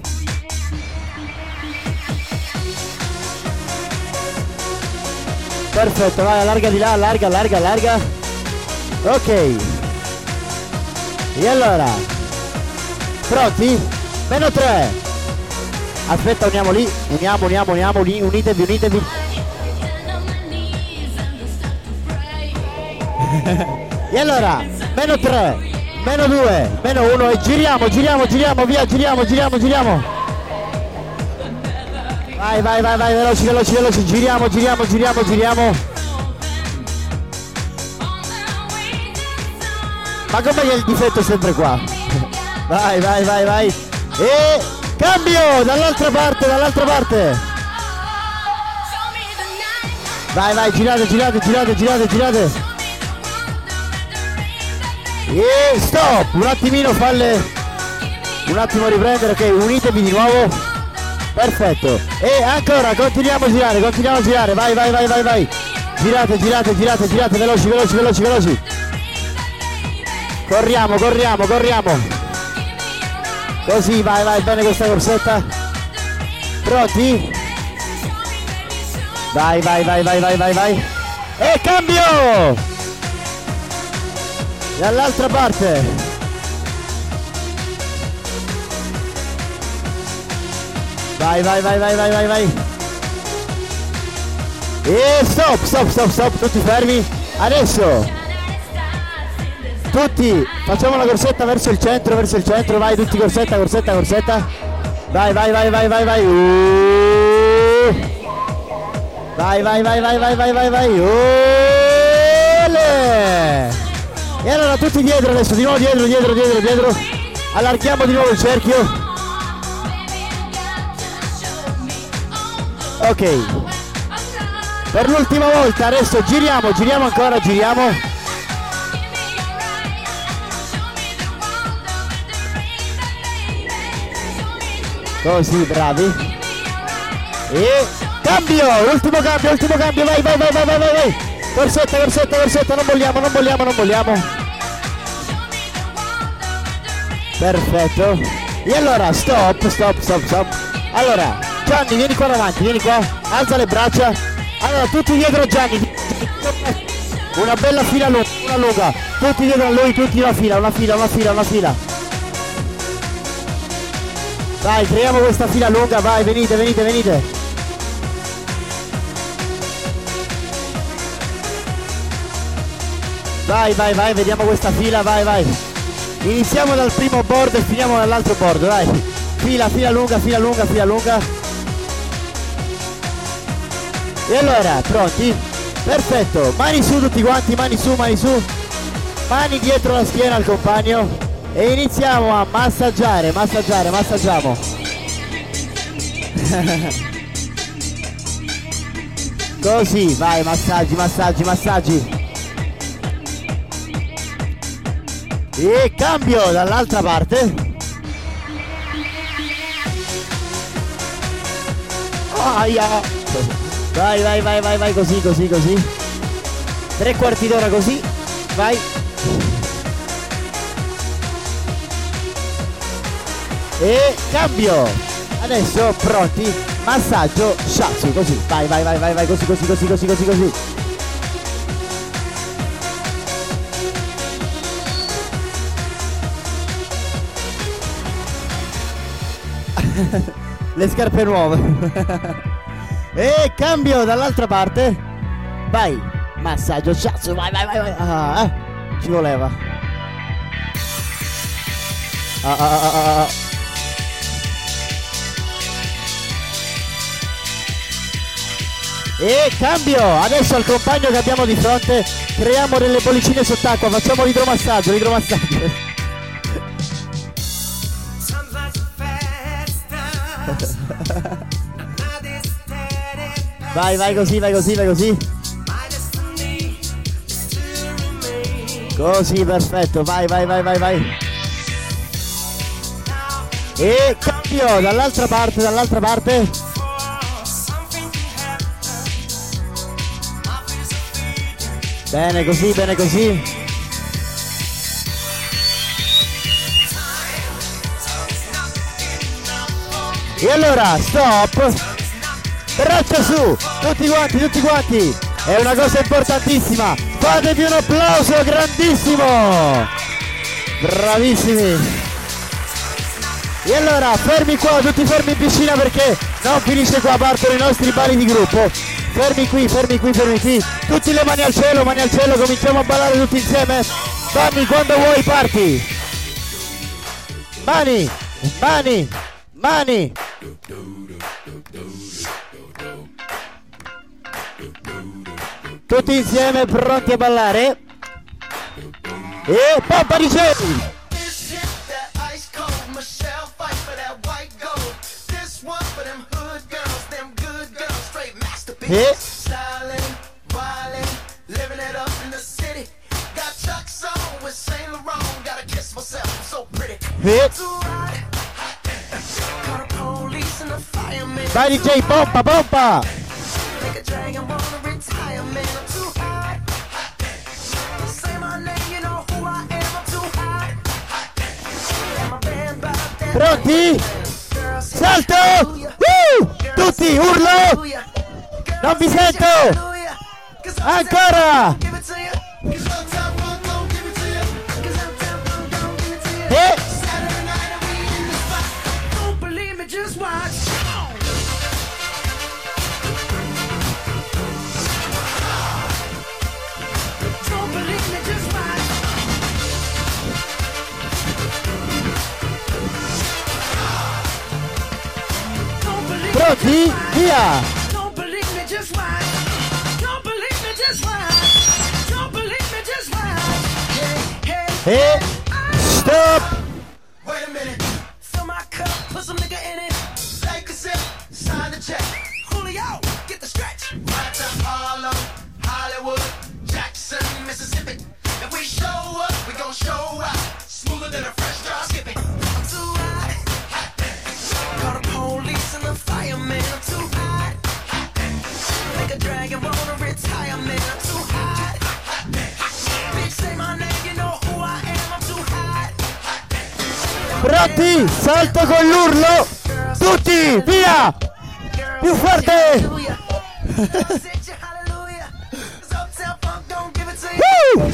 Perfetto, vai, allarga di là, allarga, allarga, allarga. Ok. E allora, pronti? Meno tre. Aspetta, uniamo lì, uniamo, uniamo, uniamo, lì, unitevi, unitevi. E allora, meno tre, meno due, meno uno e giriamo, giriamo, giriamo, via, giriamo, giriamo, giriamo. Vai, vai, vai, vai, veloci, veloci, veloci, giriamo, giriamo, giriamo, giriamo. Ma com'è che il difetto è sempre qua? Vai, vai, vai, vai. E cambio, dall'altra parte, dall'altra parte. Vai, vai, girate, girate, girate, girate, girate. E stop, un attimino, falle un attimo riprendere, ok, unitevi di nuovo. Perfetto. E ancora, continuiamo a girare, continuiamo a girare, vai, vai, vai, vai, vai. Girate, girate, girate, girate, veloci, veloci, veloci, veloci. Corriamo, corriamo, corriamo. Così, vai, vai, bene questa corsetta. Pronti? Vai, vai, vai, vai, vai, vai, vai. E cambio! Dall'altra parte. Vai, vai, vai, vai, vai, vai, vai. E stop, stop, stop, stop, tutti fermi. Adesso tutti facciamo la corsetta verso il centro, verso il centro, vai tutti corsetta, corsetta, corsetta. Vai, vai, vai, vai, vai, vai. Uh. Vai, vai, vai, vai, vai, vai, vai, vai. Ole! E allora tutti dietro adesso, di nuovo dietro, dietro, dietro, dietro. Allarghiamo di nuovo il cerchio. Ok. Per l'ultima volta adesso giriamo, giriamo ancora, giriamo. Così, bravi. E cambio, ultimo cambio, ultimo cambio, vai, vai, vai, vai, vai, vai, vai. Corsetta, corsetta, corsetta, non vogliamo, non vogliamo, non vogliamo. Perfetto. E allora, stop, stop, stop, stop. Allora, Gianni, vieni qua davanti, vieni qua, alza le braccia. Allora, tutti dietro Gianni. Una bella fila lunga, una lunga. Tutti dietro a lui, tutti una fila, una fila, una fila, una fila. Vai, creiamo questa fila lunga, vai, venite, venite, venite. Vai, vai, vai, vediamo questa fila, vai, vai. Iniziamo dal primo board e finiamo dall'altro board, dai. Fila, fila lunga, fila lunga, fila lunga. E allora, pronti? Perfetto, mani su tutti quanti, mani su, mani su. Mani dietro la schiena al compagno. E iniziamo a massaggiare, massaggiare, massaggiamo. Così, vai, massaggi, massaggi, massaggi. E cambio dall'altra parte. Aia. Vai, vai, vai, vai, vai, così, così, così. Tre quarti d'ora così. Vai. E cambio. Adesso pronti. Massaggio shiatsu, così. Vai, vai, vai, vai, vai, così, così, così, così, così, così. Le scarpe nuove. E cambio dall'altra parte. Vai, massaggio shiatsu, vai, vai, vai, vai. Ah, ah, ci voleva. Ah, ah, ah, ah, ah. E cambio. Adesso al compagno che abbiamo di fronte creiamo delle bollicine sott'acqua. Facciamo l'idromassaggio, l'idromassaggio. Vai, vai così, vai così, vai così. Così, perfetto, vai, vai, vai, vai, vai. E cambio dall'altra parte, dall'altra parte. Bene così, bene così. E allora, stop. Braccia su, tutti quanti, tutti quanti. È una cosa importantissima. Fatevi un applauso grandissimo. Bravissimi. E allora, fermi qua, tutti fermi in piscina perché non finisce qua, partono i nostri balli di gruppo. Fermi qui, fermi qui, fermi qui. Tutti le mani al cielo, mani al cielo, cominciamo a ballare tutti insieme. Dammi quando vuoi, parti. Mani, mani, mani. Tutti insieme pronti a ballare. E pompa di geli. E Sì. Vai D J, pompa, pompa! Pronti? Salto! Uh! Tutti, urlo! Non vi sento! Ancora! E... Pronti? Via! E stop! Wait a minute. Fill my cup, put some nigga in it. Take a sip, sign the check. Julio, get the stretch. Right to Harlem, Hollywood, Jackson, Mississippi. If we show up, we gon' show out. Smoother than a fresh drop skipping. I'm too hot. Hot. Call the police and the fireman. I'm too hot. Hot. Make a dragon wanna retire, man. I'm too hot. Hot. Bitch, say my name, you know who I am. I'm too hot. Pronti? Salto con l'urlo! Tutti, via! Più forte! Woo!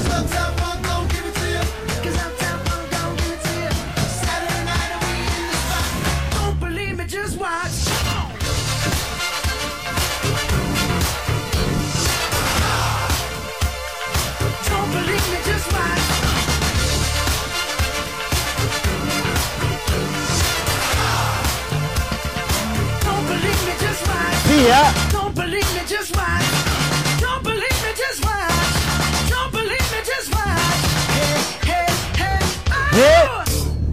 Via! Don't believe me, just watch. Don't believe me, just watch. Don't believe me, just watch. Hey, hey, hey, oh!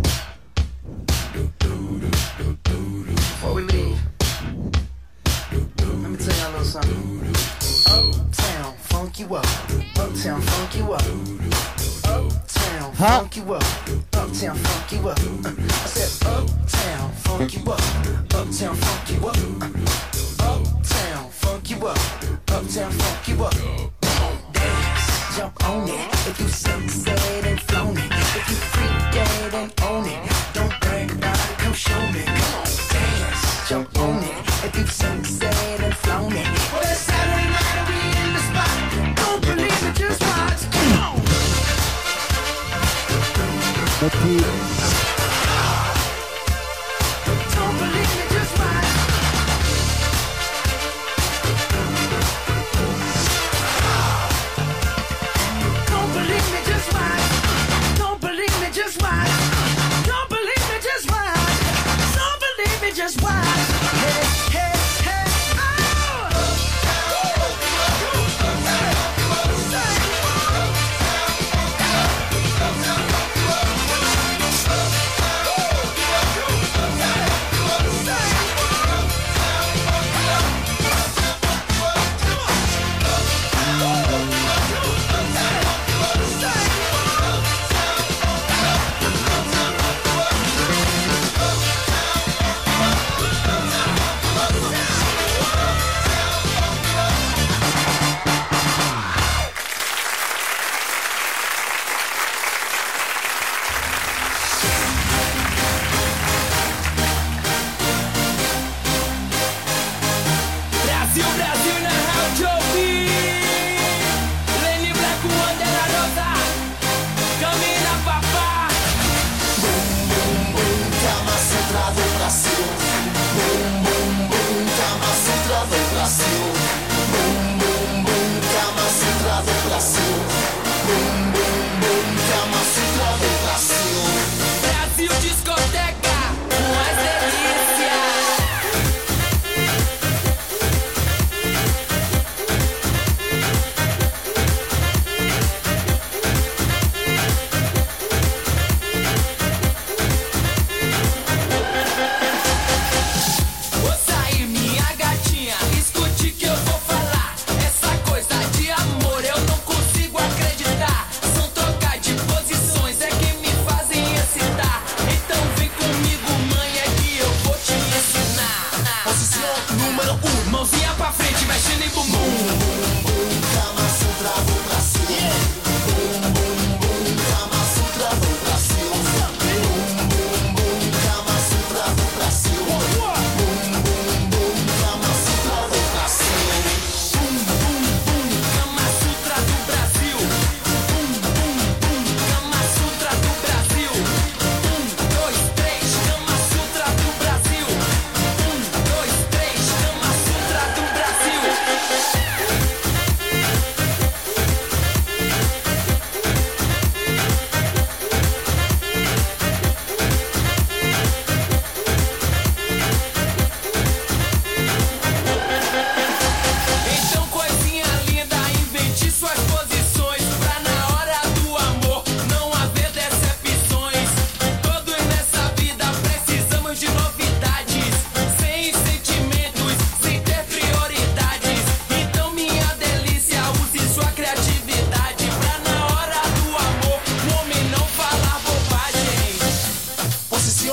Before we leave, let me tell y'all a little something. Uptown, funk you up. Uptown, funk you up. Uptown, funk you up. Uptown, funk you up. I said uptown, funk you up. Uptown, funk you up. Uptown, funk you up. Uptown, funk you up. Dance, jump on it. If you sunset and flown it. If you freak dead and own it. Don't brag about it, come show me. Come on, dance, jump on it. If you sunset and flown it. Well, it's Saturday night and we in the spot. Don't believe it, just watch. Come on. Don't believe it, just watch. Don't believe me, just watch. Don't believe me, just watch. Don't believe me, just watch. Don't believe me, just watch. Hey, hey, hey,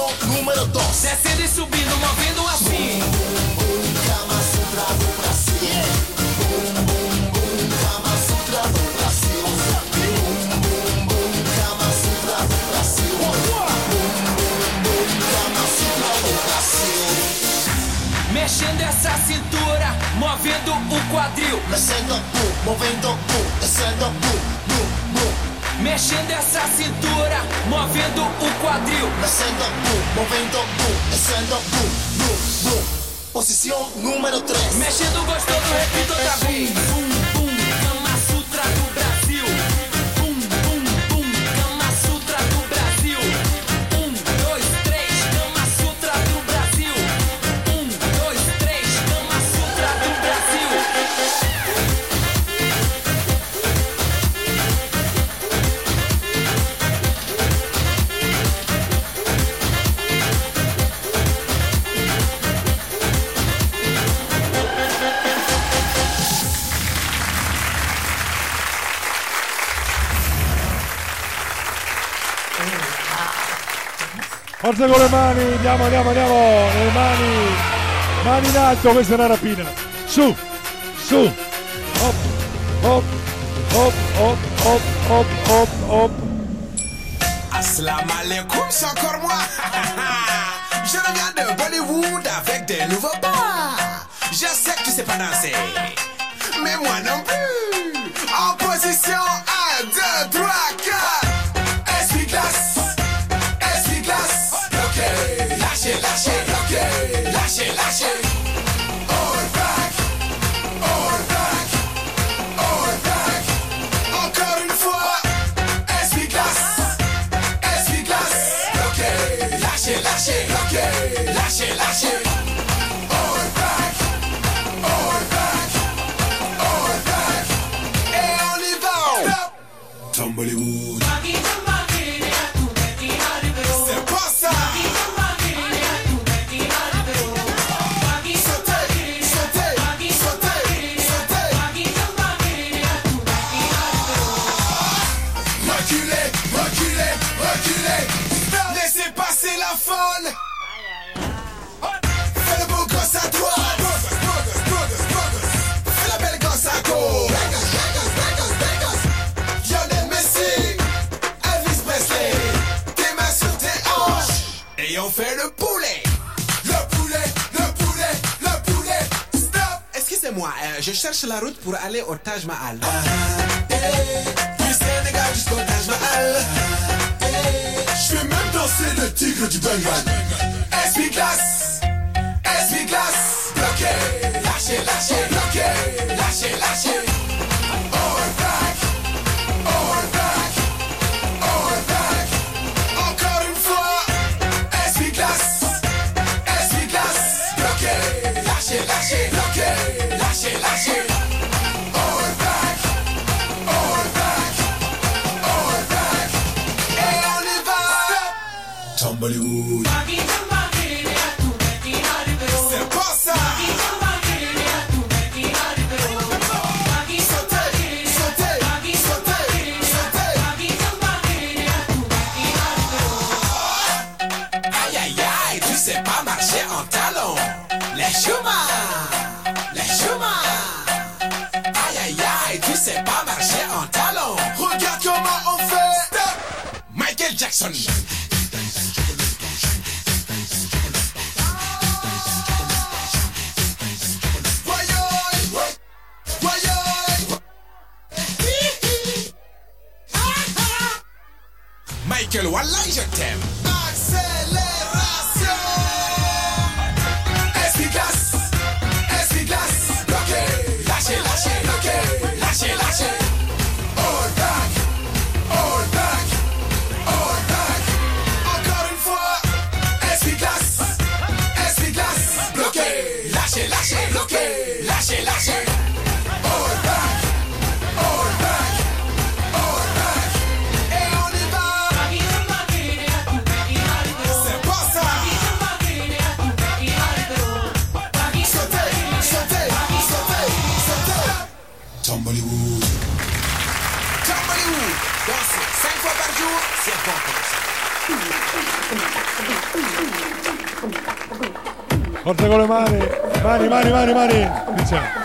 Posição número dois. Descendo e subindo, movendo assim. Kama Sutra do Brasil. Bum, bum, bum, Kama Sutra do Brasil. Bum, bum, bum, Kama Sutra do Brasil. Bum, bum, bum, Kama Sutra do Brasil. Mexendo essa cintura, movendo o quadril. Descendo, bum, movendo, bum, descendo, bum, bum, bum. Mexendo essa cintura, movendo o quadril. Descendo, bum, movendo, bum, descendo, bum, bum, bum. Posição número três. Mexendo gostoso, repito outra vez. Bum, bum, Kama Sutra do Brasil. Bum, bum, bum, Kama Sutra do Brasil. Um, dois, três, Kama Sutra do Brasil. Um, dois, três, Kama Sutra do Brasil. Forza con le mani, andiamo, andiamo, andiamo, le mani, mani in alto, questa è una rapina, su, su, hop, hop, hop, hop, hop, hop, hop, hop. Assalamu alaikum, c'est encore moi. Je reviens de Bollywood avec des nouveaux pas. Je sais que tu sais pas danser, mais moi non plus. En position un, deux, trois, quatre. Essuie-glace. Lâchez, lâchez, bloquez, lâchez, lâchez. All back, all back, all back. Encore une fois. Essuie-glace, essuie-glace, bloquez, lâchez, lâchez, bloquez, lâchez, lâchez. All back, all back, all back. Et on y va. Stop. Bollywood. C'est pas ça. Laissez passer la folle. Fais le beau gosse à droite. Fais la belle gosse à gauche. Lionel Messi, Elvis Presley. Tes mains sur tes hanches. Et on fait le poulet. Le poulet, le poulet, le poulet. Stop. Excusez-moi, euh, je cherche la route pour aller au Taj Mahal. Ah, eh, du Sénégal jusqu'au Taj Mahal. Je vais même danser le tigre du Bengale. Essuie-glace, essuie-glace, bloqué, lâchez, lâchez, bloqué, lâchez, lâchez. All back, all back, all back. Encore une fois. Essuie-glace, essuie-glace, bloqué, lâchez, lâchez, bloqué, lâchez, lâchez. All back, all back, all back. Et on y va. Bollywood. C'est pas ça. Sautez, sautez, sautez, sautez. Aïe aïe aïe, tu sais pas marcher en talons. Les chemins, les chemins. Aïe aïe aïe, tu sais pas marcher en talons. Regarde comment on fait. Stop. Michael Jackson. Michael, Wallahi, je t'aime. Accélération. Essuie-glace, essuie-glace, bloqué, lâchez, lâchez, bloqué, lâchez, lâchez. All back, all back, all back. Encore une fois. Essuie-glace, essuie-glace, bloqué, lâchez, lâchez, bloqué, lâchez, lâchez. All back, all back, all back. Et on y va. Forza con le mani, mani, mani, mani, mani. Diciamo.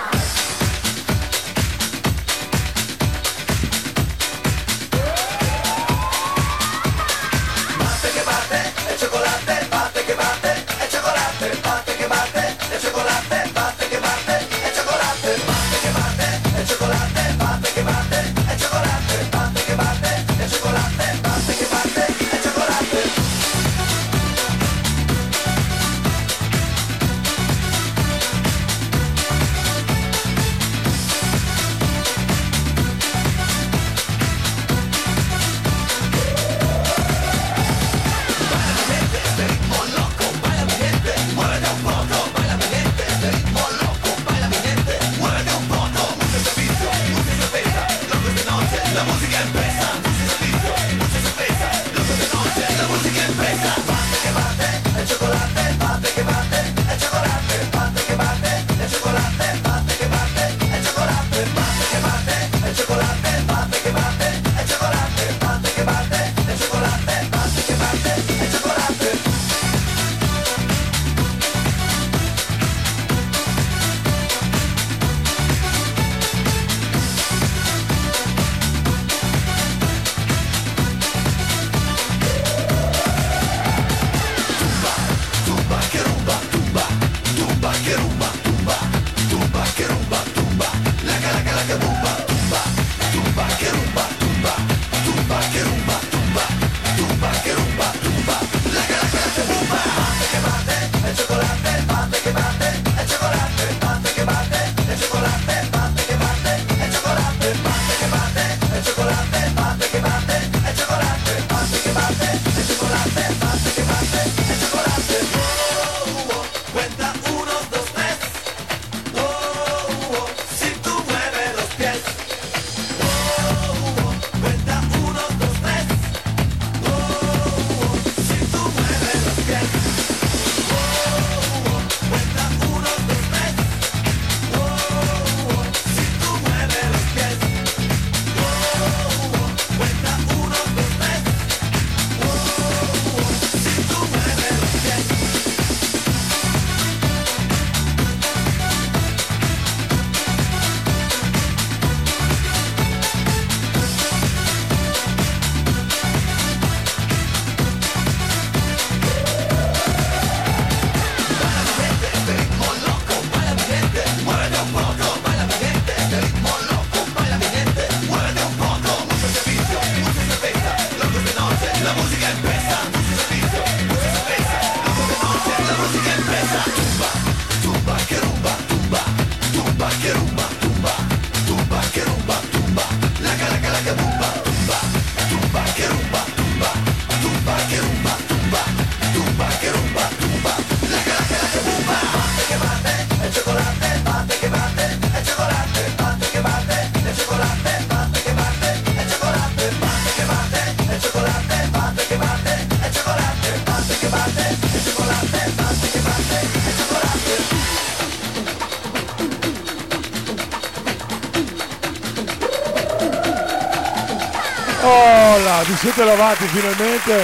Oh là, vi siete lavati finalmente?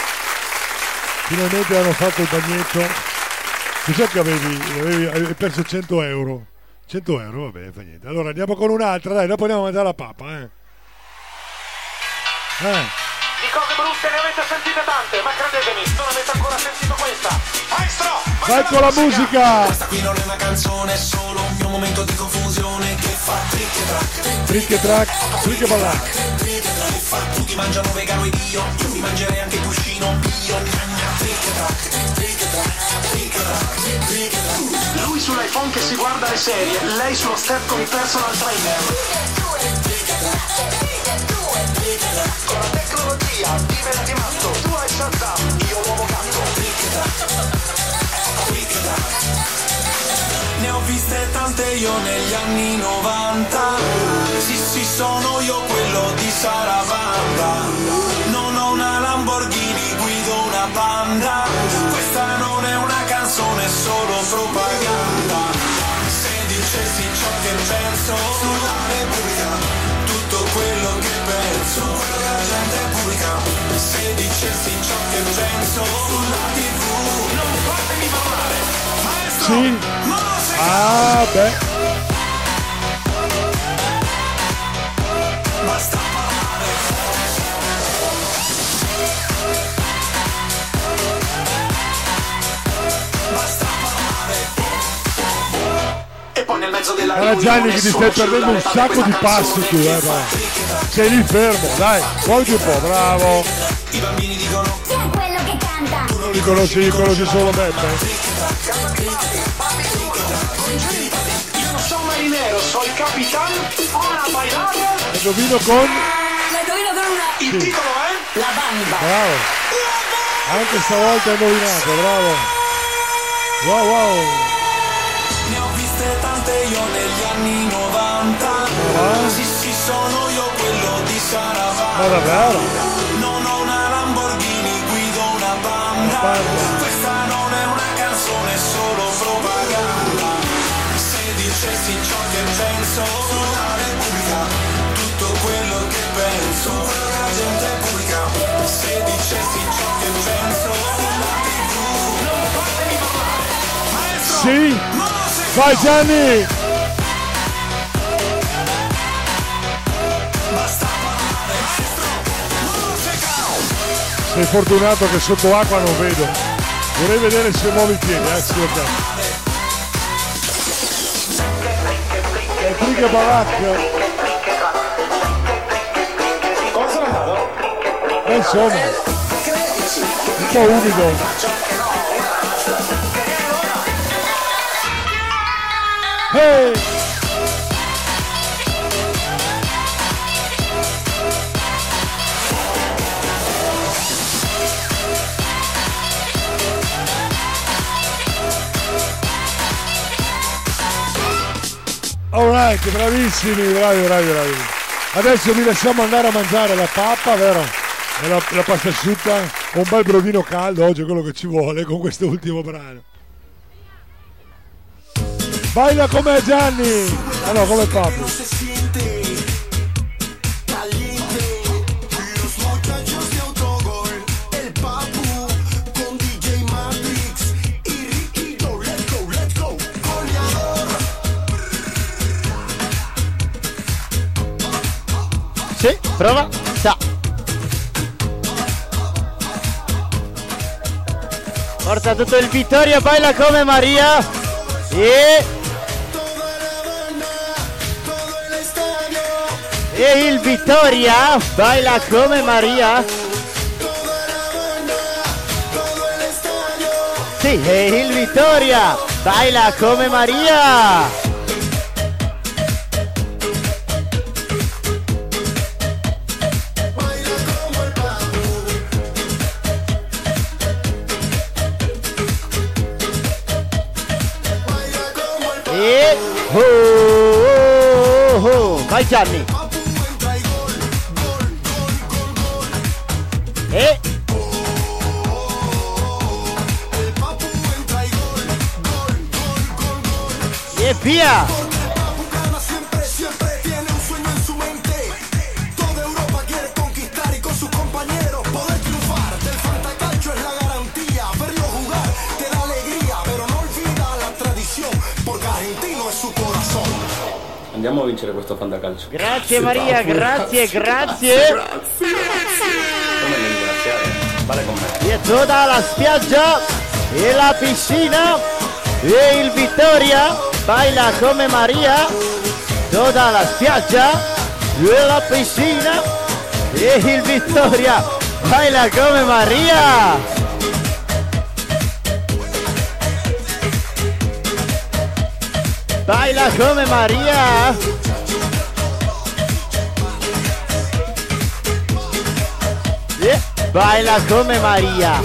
Finalmente hanno fatto il bagnetto. Cos'è che avevi? avevi? Hai perso cento euro. cento euro, vabbè, fa niente. Allora andiamo con un'altra, dai, dopo andiamo a mangiare la pappa, eh. Eh. Di cose brutte ne avete sentite tante, ma credetemi, non avete ancora sentito questa. Maestro! Vai con la musica! Questa qui non è una canzone, è solo un mio momento di confusione che fa trick e track. Trick e track, trick e ballac. Tutti mangiano vegano ed io, io mi mangerei anche il cuscino, io trick e track, trick e track, trick e track, trick e track. Lui sull'iPhone che si guarda le serie, lei sullo step con il personal trainer. Con la tecnologia diverti matto, tu hai Shazam, io l'uomo gatto. Ne ho viste tante io negli anni novanta. Sì sì sono io quello di Saravanda. Non ho una Lamborghini, guido una Panda. Questa non è una canzone, è solo propaganda. Se dicessi ciò che penso sulla Repubblica, tutto quello che penso, quello che la gente pubblica. Se dicessi ciò che penso penso sulla tivù. Non fatemi parlare, maestro. Sì. Mose Ah, beh. basta parlare. Basta parlare. E poi nel mezzo della Guarda Gianni che ti stai perdendo un sacco di passi tu, eh, va. Sei lì fermo, dai, muoviti un po', bravo. I bambini dicono Chi è quello che canta? Tu non li conosci, li conosci solo Beppe. io non sono marinero, sono il capitano. Ora bailare. Indovino con... La indovino con una... Il titolo è La bamba. Bravo. Anche stavolta hai indovinato, bravo. Wow, wow. Ne ho viste tante io negli anni novanta. Ah. Sì, sì, sono io quello di Saravana. Ma davvero? Non ho una Lamborghini, guido una banda. Banda. Questa non è una canzone, è solo propaganda. Se dicessi ciò che penso sulla Repubblica, tutto quello che penso, quello che la gente pubblica. Se dicessi ciò che penso sulla tivù, non fatemi parlare, maestro. Sì. Mose Vai Gianni. basta parlare, maestro. Mose Cao. Sei fortunato che sotto acqua non vedo. Vorrei vedere se muovi i piedi, eh, sì, ok. È friga baracca. Come sono andato? Beh, insomma, un po' umido. Hey! Alright, bravissimi, bravi, bravi, bravi. Adesso vi lasciamo andare a mangiare la pappa, vero? E la, la pasta asciutta, un bel brodino caldo, oggi è quello che ci vuole con questo ultimo brano. Baila come Gianni! Ah no, come Papu. No se siente caliente. Los muchachos de Autogol, el Papu con D J Matrix y Riquito. Let's go, let's go. Goleador. Sì, prova. Sa. Porta tutto il Vittoria, baila come Maria. E... E il Vittoria baila come Maria. Sì, e il Vittoria baila come Maria. E... Oh, oh, oh. Vai Gianni. E e via. Siempre, siempre tiene un sueño en su mente. Toda Europa quiere conquistar y con sus compañeros poder triunfar. Del fantacalcio es la garantía. Verlo jugar te da alegría, pero no olvida la tradición, porque argentino es su corazón. Andiamo a vincere questo fantacalcio. Grazie Maria, grazie, grazie. Come mi ringraziare? Vale con me. E tutta la spiaggia e la piscina e il Vittoria baila come Maria. Tutta la spiaggia e la piscina e il Vittoria baila come Maria. Baila come Maria. E baila come Maria.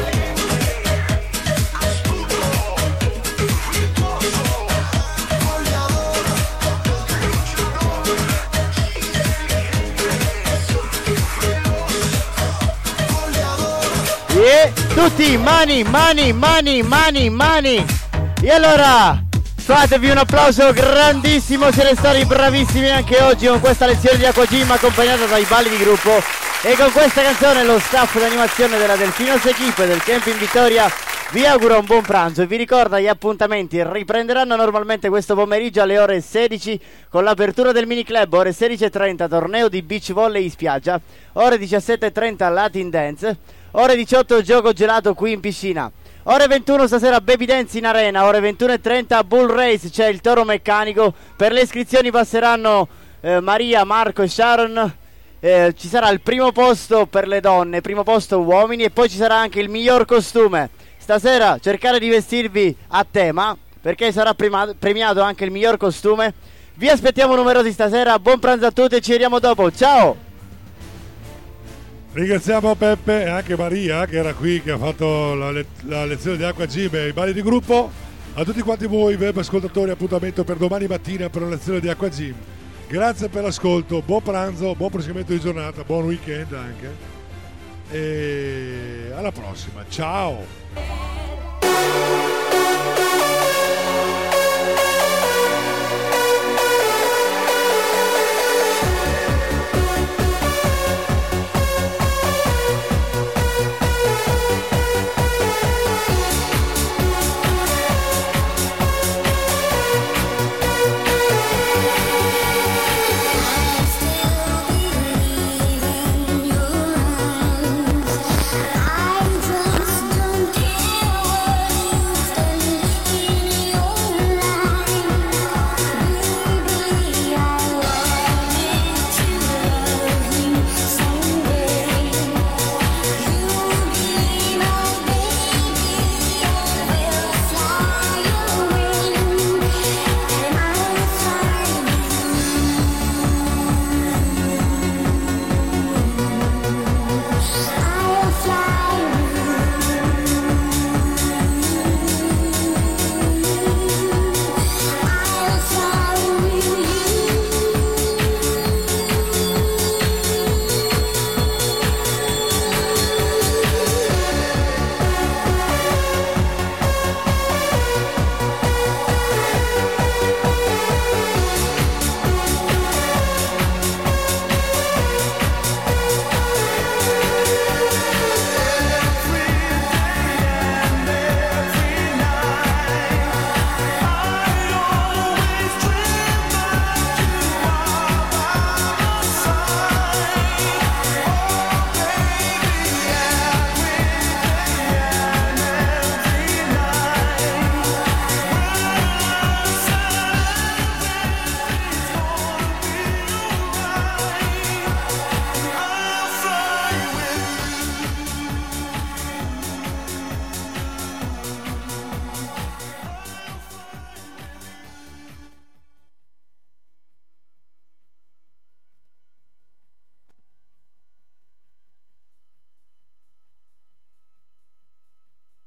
E tutti mani, mani, mani, mani, mani. E allora fatevi un applauso grandissimo, siete stati bravissimi anche oggi con questa lezione di Aqua Gym accompagnata dai balli di gruppo E con questa canzone lo staff d'animazione della Delfinos Equipe e del Camping Vittoria vi augura un buon pranzo e vi ricorda gli appuntamenti riprenderanno normalmente questo pomeriggio alle ore sedici con l'apertura del mini club, ore sedici e trenta torneo di beach volley in spiaggia, ore diciassette e trenta Latin Dance, ore diciotto gioco gelato qui in piscina, ore ventuno stasera Baby Dance in arena, ore ventuno e trenta Bull Race, c'è il toro meccanico. Per le iscrizioni passeranno eh, Maria, Marco e Sharon. Eh, ci sarà il primo posto per le donne, primo posto uomini e poi ci sarà anche il miglior costume. Stasera cercate di vestirvi a tema perché sarà prima- premiato anche il miglior costume. Vi aspettiamo numerosi stasera, buon pranzo a tutti e ci vediamo dopo, ciao! Ringraziamo Peppe e anche Maria che era qui, che ha fatto la, le- la lezione di Acqua Gym e i balli di gruppo. A tutti quanti voi web ascoltatori, appuntamento per domani mattina per la lezione di Acqua Gym. Grazie per l'ascolto, buon pranzo, buon proseguimento di giornata, buon weekend anche e alla prossima, ciao!